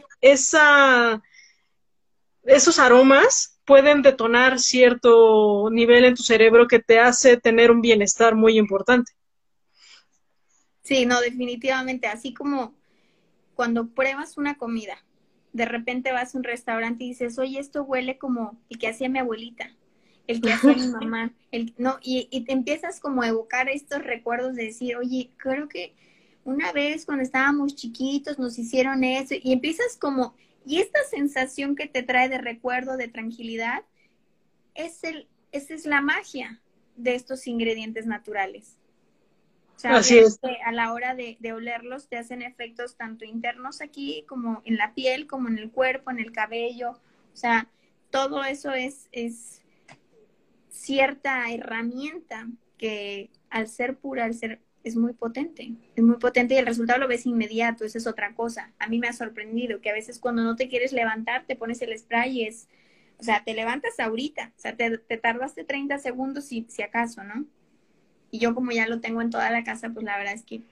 esos aromas pueden detonar cierto nivel en tu cerebro que te hace tener un bienestar muy importante. Sí, no, definitivamente, así como cuando pruebas una comida, de repente vas a un restaurante y dices, oye, esto huele como el que hacía mi abuelita. el que hacía mi mamá, no, y te empiezas como a evocar estos recuerdos de decir, oye, creo que una vez cuando estábamos chiquitos nos hicieron eso, y empiezas como, y esta sensación que te trae de recuerdo, de tranquilidad, esa es la magia de estos ingredientes naturales. O sea, Así es. obviamente a la hora de olerlos te hacen efectos tanto internos aquí como en la piel, como en el cuerpo, en el cabello. O sea, todo eso es cierta herramienta que al ser pura, es muy potente. Es muy potente y el resultado lo ves inmediato, esa es otra cosa. A mí me ha sorprendido que a veces cuando no te quieres levantar te pones el spray y o sea, te levantas ahorita. O sea, te tardaste 30 segundos si acaso, ¿no? Y yo como ya lo tengo en toda la casa, pues la verdad es que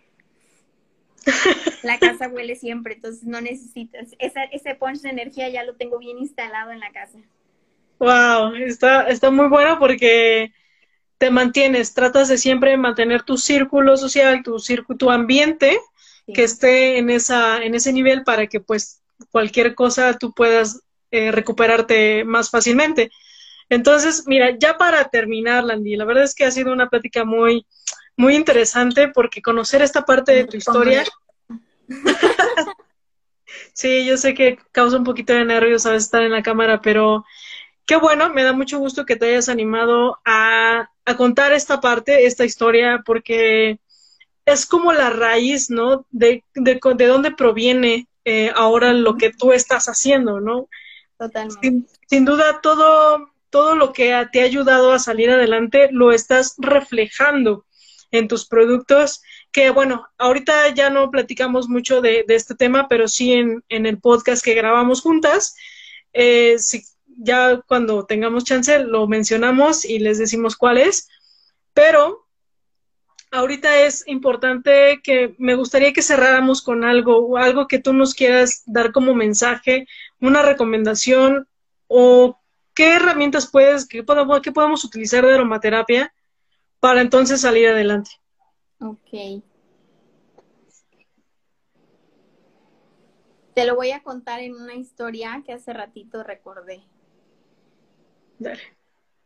la casa huele siempre, entonces no necesitas. Ese punch de energía ya lo tengo bien instalado en la casa. Wow, está muy bueno porque te mantienes, tratas de siempre mantener tu círculo social, tu ambiente que Sí. esté en ese nivel para que pues cualquier cosa tú puedas recuperarte más fácilmente. Entonces, mira, ya para terminar, Landy, la verdad es que ha sido una plática muy interesante porque conocer esta parte de tu Como historia, sí, yo sé que causa un poquito de nervios, sabes, estar en la cámara, pero qué bueno, me da mucho gusto que te hayas animado a contar esta parte, esta historia, porque es como la raíz, ¿no? De dónde proviene ahora lo que tú estás haciendo, ¿no? totalmente. Sin duda, todo lo que te ha ayudado a salir adelante lo estás reflejando en tus productos, que bueno, ahorita ya no platicamos mucho de este tema, pero sí en el podcast que grabamos juntas, sí, ya cuando tengamos chance lo mencionamos y les decimos cuál es, pero ahorita es importante que me gustaría que cerráramos con algo, algo que tú nos quieras dar como mensaje, una recomendación o qué herramientas qué podemos utilizar de aromaterapia para entonces salir adelante. Ok. Te lo voy a contar en una historia que hace ratito recordé. Dale.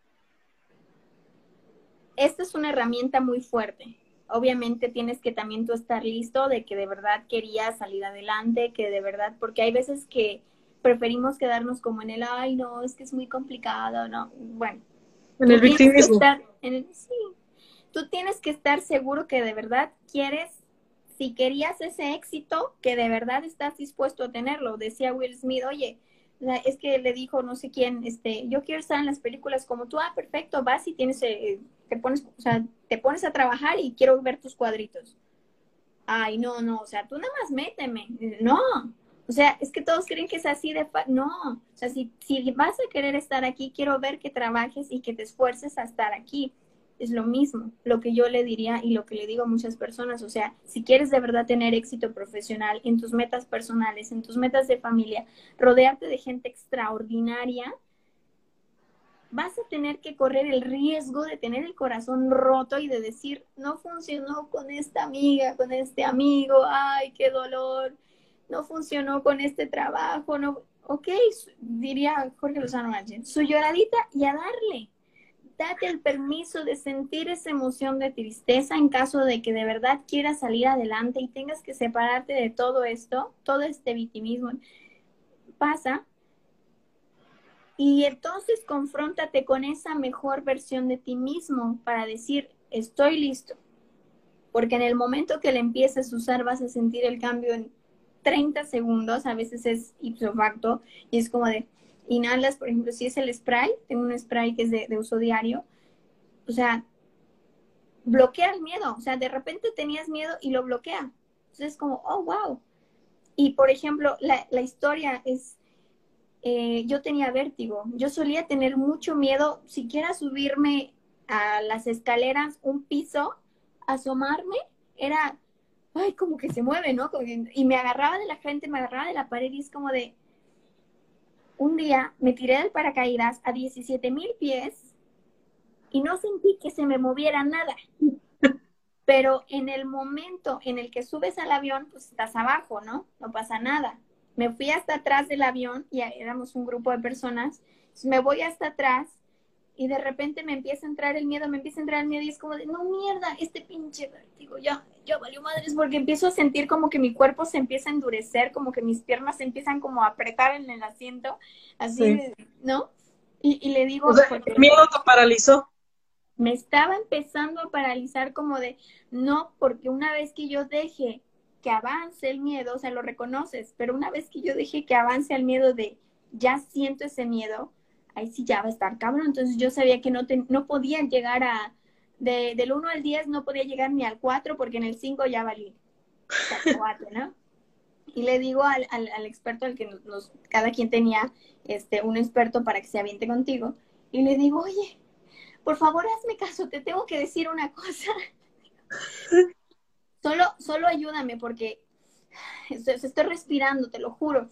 Esta es una herramienta muy fuerte. Obviamente tienes que también tú estar listo de que de verdad querías salir adelante, que de verdad, porque hay veces que preferimos quedarnos como en el, ay, no, es que es muy complicado, no. Bueno, En el tú tienes que victimismo. estar sí, tú tienes que estar seguro que de verdad quieres, si querías ese éxito, que de verdad estás dispuesto a tenerlo. Decía Will Smith, oye, es que le dijo no sé quién, yo quiero estar en las películas como tú, perfecto, vas y tienes, te pones, o sea, te pones a trabajar y quiero ver tus cuadritos. Ay, no, no, o sea, tú nada más méteme. No, o sea, es que todos creen que es así no, o sea, si vas a querer estar aquí, quiero ver que trabajes y que te esfuerces a estar aquí. Es lo mismo, lo que yo le diría y lo que le digo a muchas personas, o sea, si quieres de verdad tener éxito profesional en tus metas personales, en tus metas de familia, rodearte de gente extraordinaria, vas a tener que correr el riesgo de tener el corazón roto y de decir, no funcionó con esta amiga, con este amigo, ay, qué dolor, no funcionó con este trabajo, no, ok, diría Jorge Lozano Sánchez, su lloradita y a darle. Date el permiso de sentir esa emoción de tristeza en caso de que de verdad quieras salir adelante y tengas que separarte de todo esto, todo este victimismo. Pasa, y entonces confróntate con esa mejor versión de ti mismo para decir, estoy listo. Porque en el momento que le empieces a usar vas a sentir el cambio en 30 segundos, a veces es ipso facto, y es como de, inhalas, por ejemplo, si es el spray, tengo un spray que es de uso diario, o sea, bloquea el miedo, o sea, de repente tenías miedo y lo bloquea. Entonces es como, oh, wow. Y por ejemplo, la historia es, yo tenía vértigo. Yo solía tener mucho miedo, siquiera subirme a las escaleras, un piso, asomarme, era, ay, como que se mueve, ¿no? Y me agarraba de la frente, me agarraba de la pared y es como de, un día me tiré del paracaídas a 17,000 pies y no sentí que se me moviera nada. Pero en el momento en el que subes al avión, pues estás abajo, ¿no? No pasa nada. Me fui hasta atrás del avión y éramos un grupo de personas. Me voy hasta atrás Y de repente me empieza a entrar el miedo, y es como de, no, mierda, este pinche vértigo, ya valió madres, porque empiezo a sentir como que mi cuerpo se empieza a endurecer, como que mis piernas se empiezan como a apretar en el asiento, así, Sí. ¿no? Y le O digo, sea, porque el miedo te paralizó. me estaba empezando a paralizar como de, no, porque una vez que yo deje que avance el miedo, o sea, lo reconoces, pero una vez que yo deje que avance el miedo de, ya siento ese miedo, ahí sí ya va a estar cabrón. Entonces yo sabía que no podía llegar del 1 al 10 no podía llegar ni al 4 porque en el 5 ya valí. Cacahuate, ¿no? Y le digo al experto, al que cada quien tenía un experto para que se aviente contigo, y le digo, oye, por favor hazme caso, te tengo que decir una cosa. Solo ayúdame porque estoy respirando, te lo juro.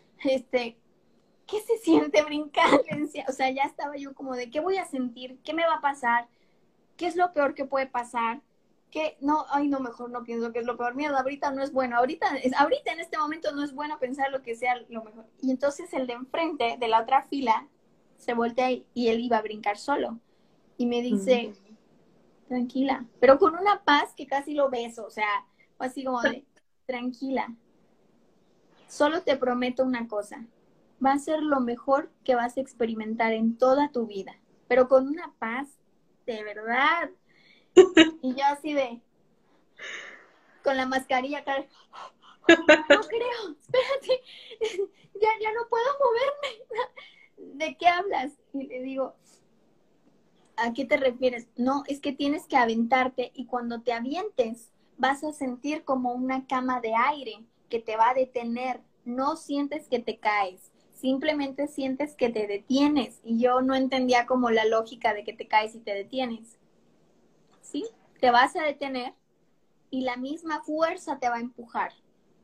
¿Qué se siente brincar? Le decía, o sea, ya estaba yo como de, ¿qué voy a sentir? ¿Qué me va a pasar? ¿Qué es lo peor que puede pasar? ¿Qué? No, ay, no, mejor no pienso que es lo peor. Miedo, ahorita no es bueno. Ahorita en este momento no es bueno pensar lo que sea lo mejor. Y entonces el de enfrente, de la otra fila, se voltea y él iba a brincar solo. Y me dice, tranquila, pero con una paz que casi lo beso, o sea, así como de, tranquila, solo te prometo una cosa, va a ser lo mejor que vas a experimentar en toda tu vida, pero con una paz de verdad. Y yo así de, con la mascarilla acá, no creo, espérate, ya no puedo moverme. ¿De qué hablas? Y le digo, ¿a qué te refieres? No, es que tienes que aventarte y cuando te avientes vas a sentir como una cama de aire que te va a detener. No sientes que te caes, simplemente sientes que te detienes. Y yo no entendía como la lógica de que te caes y te detienes. ¿Sí? Te vas a detener y la misma fuerza te va a empujar.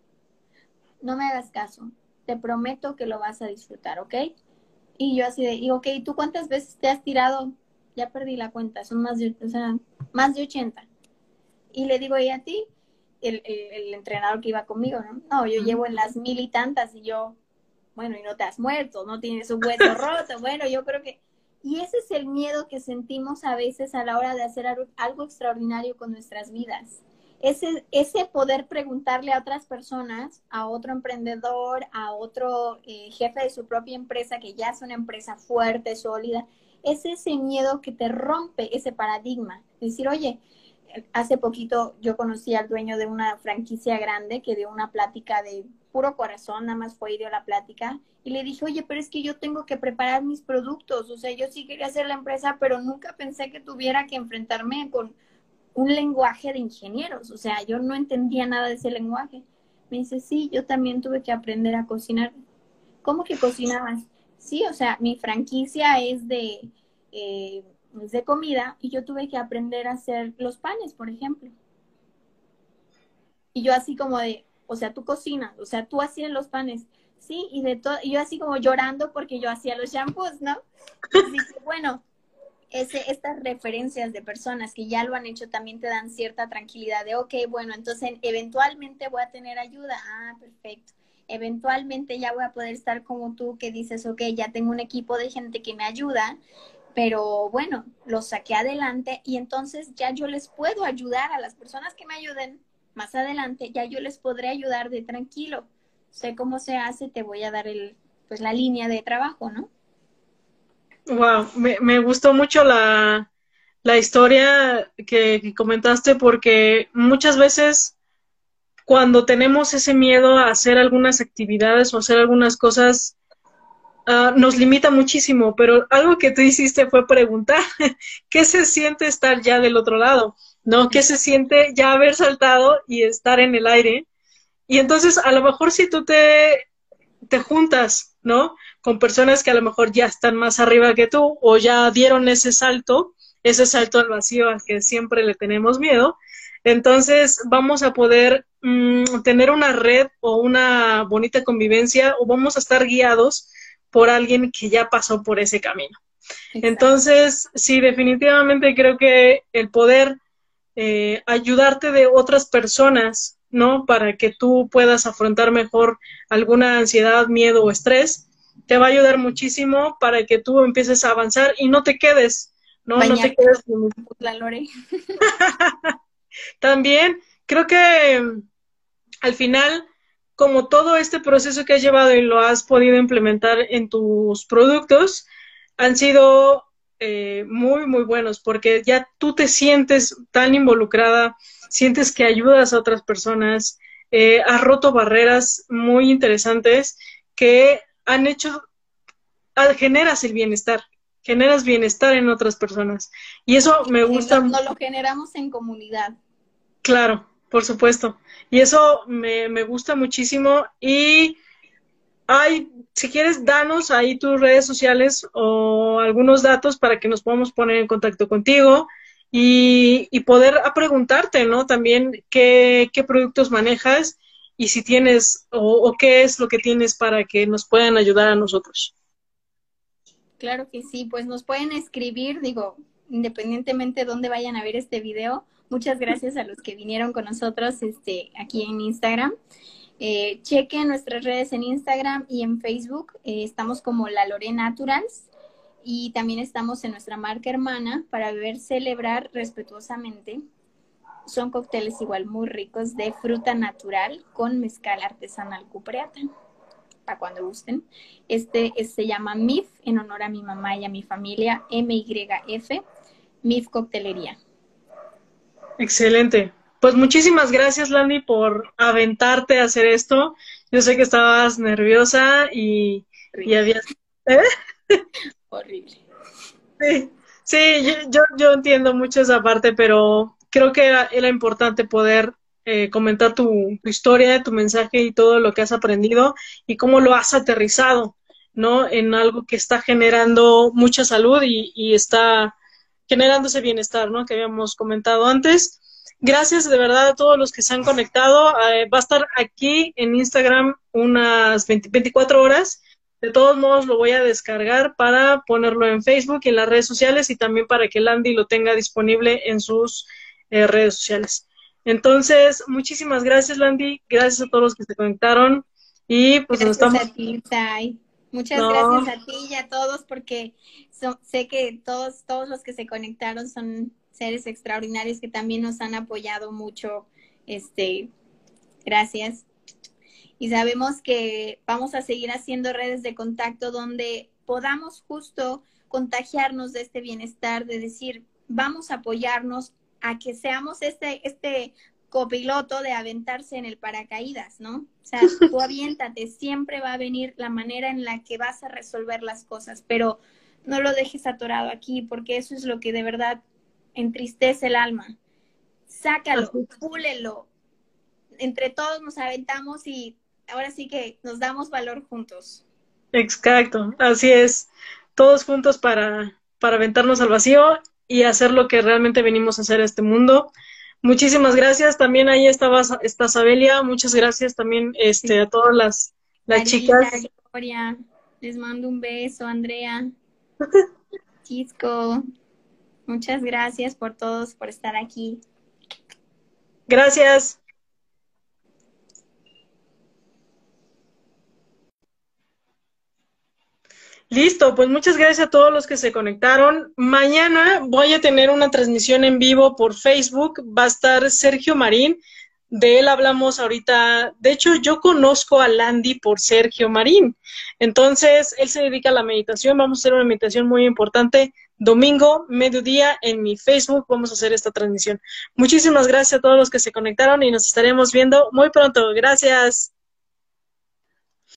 No me hagas caso, te prometo que lo vas a disfrutar, ¿ok? Y yo así de, y ok, ¿tú cuántas veces te has tirado? Ya perdí la cuenta, son más de 80. Y le digo, ¿y a ti? El entrenador que iba conmigo, ¿no? No, yo llevo en las 1000 y tantas y yo, bueno, y no te has muerto, no tienes un hueso roto, bueno, yo creo que... Y ese es el miedo que sentimos a veces a la hora de hacer algo extraordinario con nuestras vidas. Ese poder preguntarle a otras personas, a otro emprendedor, a otro jefe de su propia empresa, que ya es una empresa fuerte, sólida, es ese miedo que te rompe ese paradigma. Decir, oye, hace poquito yo conocí al dueño de una franquicia grande que dio una plática de puro corazón, nada más fue y dio la plática, y le dije, oye, pero es que yo tengo que preparar mis productos, o sea, yo sí quería hacer la empresa, pero nunca pensé que tuviera que enfrentarme con un lenguaje de ingenieros, o sea, yo no entendía nada de ese lenguaje. Me dice, sí, yo también tuve que aprender a cocinar. ¿Cómo que cocinabas? Sí, o sea, mi franquicia es de comida y yo tuve que aprender a hacer los panes, por ejemplo. Y yo así como de, o sea, tú cocinas, o sea, tú hacías los panes, sí, y de todo, y yo así como llorando porque yo hacía los shampoos, ¿no? Así que bueno, estas referencias de personas que ya lo han hecho también te dan cierta tranquilidad de, ok, bueno, entonces eventualmente voy a tener ayuda. Ah, perfecto. Eventualmente ya voy a poder estar como tú que dices, ok, ya tengo un equipo de gente que me ayuda, pero bueno, lo saqué adelante y entonces ya yo les puedo ayudar a las personas que me ayuden más adelante, ya yo les podré ayudar de tranquilo. Sé cómo se hace, te voy a dar pues la línea de trabajo, ¿no? Wow, me gustó mucho la historia que comentaste porque muchas veces cuando tenemos ese miedo a hacer algunas actividades o hacer algunas cosas, nos limita muchísimo, pero algo que tú hiciste fue preguntar qué se siente estar ya del otro lado, ¿no? ¿Qué se siente ya haber saltado y estar en el aire? Y entonces a lo mejor si tú te juntas, ¿no? Con personas que a lo mejor ya están más arriba que tú o ya dieron ese salto al vacío al que siempre le tenemos miedo, entonces vamos a poder tener una red o una bonita convivencia o vamos a estar guiados por alguien que ya pasó por ese camino. Exacto. Entonces, sí, definitivamente creo que el poder ayudarte de otras personas, ¿no? Para que tú puedas afrontar mejor alguna ansiedad, miedo o estrés, te va a ayudar muchísimo para que tú empieces a avanzar y no te quedes, ¿no? No te Bañarte quedes. con la Lore. También creo que al final, como todo este proceso que has llevado y lo has podido implementar en tus productos, han sido muy, muy buenos, porque ya tú te sientes tan involucrada, sientes que ayudas a otras personas, has roto barreras muy interesantes que han hecho, generas bienestar en otras personas. Y eso me gusta. No lo generamos en comunidad. Claro, por supuesto. Y eso me gusta muchísimo. Y si quieres, danos ahí tus redes sociales o algunos datos para que nos podamos poner en contacto contigo y poder preguntarte, ¿no? También qué productos manejas y si tienes o qué es lo que tienes para que nos puedan ayudar a nosotros. Claro que sí, pues nos pueden escribir, digo, independientemente de dónde vayan a ver este video. Muchas gracias a los que vinieron con nosotros aquí en Instagram. Chequen nuestras redes en Instagram y en Facebook. Estamos como La Lore Naturals y también estamos en nuestra marca hermana para beber, celebrar respetuosamente. Son cócteles igual muy ricos de fruta natural con mezcal artesanal cupreata, para cuando gusten. Se llama MIF, en honor a mi mamá y a mi familia, MYF, MIF Coctelería. Excelente. Pues muchísimas gracias, Landy, por aventarte a hacer esto. Yo sé que estabas nerviosa y habías... ¿Eh? Horrible. Sí, sí, yo entiendo mucho esa parte, pero creo que era importante poder comentar tu historia, tu mensaje y todo lo que has aprendido y cómo lo has aterrizado, ¿no? En algo que está generando mucha salud y está generando ese bienestar, ¿no? Que habíamos comentado antes. Gracias de verdad a todos los que se han conectado. Va a estar aquí en Instagram unas 24 horas. De todos modos, lo voy a descargar para ponerlo en Facebook y en las redes sociales y también para que Landy lo tenga disponible en sus redes sociales. Entonces, muchísimas gracias, Landy. Gracias a todos los que se conectaron. Y pues gracias nos estamos... a ti, Tai. Muchas gracias a ti y a todos porque sé que todos los que se conectaron son seres extraordinarios que también nos han apoyado mucho. Gracias. Y sabemos que vamos a seguir haciendo redes de contacto donde podamos justo contagiarnos de este bienestar, de decir, vamos a apoyarnos a que seamos este copiloto de aventarse en el paracaídas, ¿no? O sea, tú aviéntate, siempre va a venir la manera en la que vas a resolver las cosas, pero no lo dejes atorado aquí, porque eso es lo que de verdad entristece el alma. Sácalo, púlelo. Entre todos nos aventamos y ahora sí que nos damos valor juntos. Exacto, así es. Todos juntos para aventarnos al vacío y hacer lo que realmente venimos a hacer a este mundo. Muchísimas gracias. También ahí está Sabelia. Muchas gracias también a todas las Marita, chicas. Gloria, les mando un beso, Andrea, Chisco. Muchas gracias por todos, por estar aquí. Gracias. Listo, pues muchas gracias a todos los que se conectaron. Mañana voy a tener una transmisión en vivo por Facebook. Va a estar Sergio Marín. De él hablamos ahorita. De hecho, yo conozco a Landy por Sergio Marín. Entonces, él se dedica a la meditación. Vamos a hacer una meditación muy importante. Domingo, mediodía, en mi Facebook vamos a hacer esta transmisión. Muchísimas gracias a todos los que se conectaron y nos estaremos viendo muy pronto. Gracias.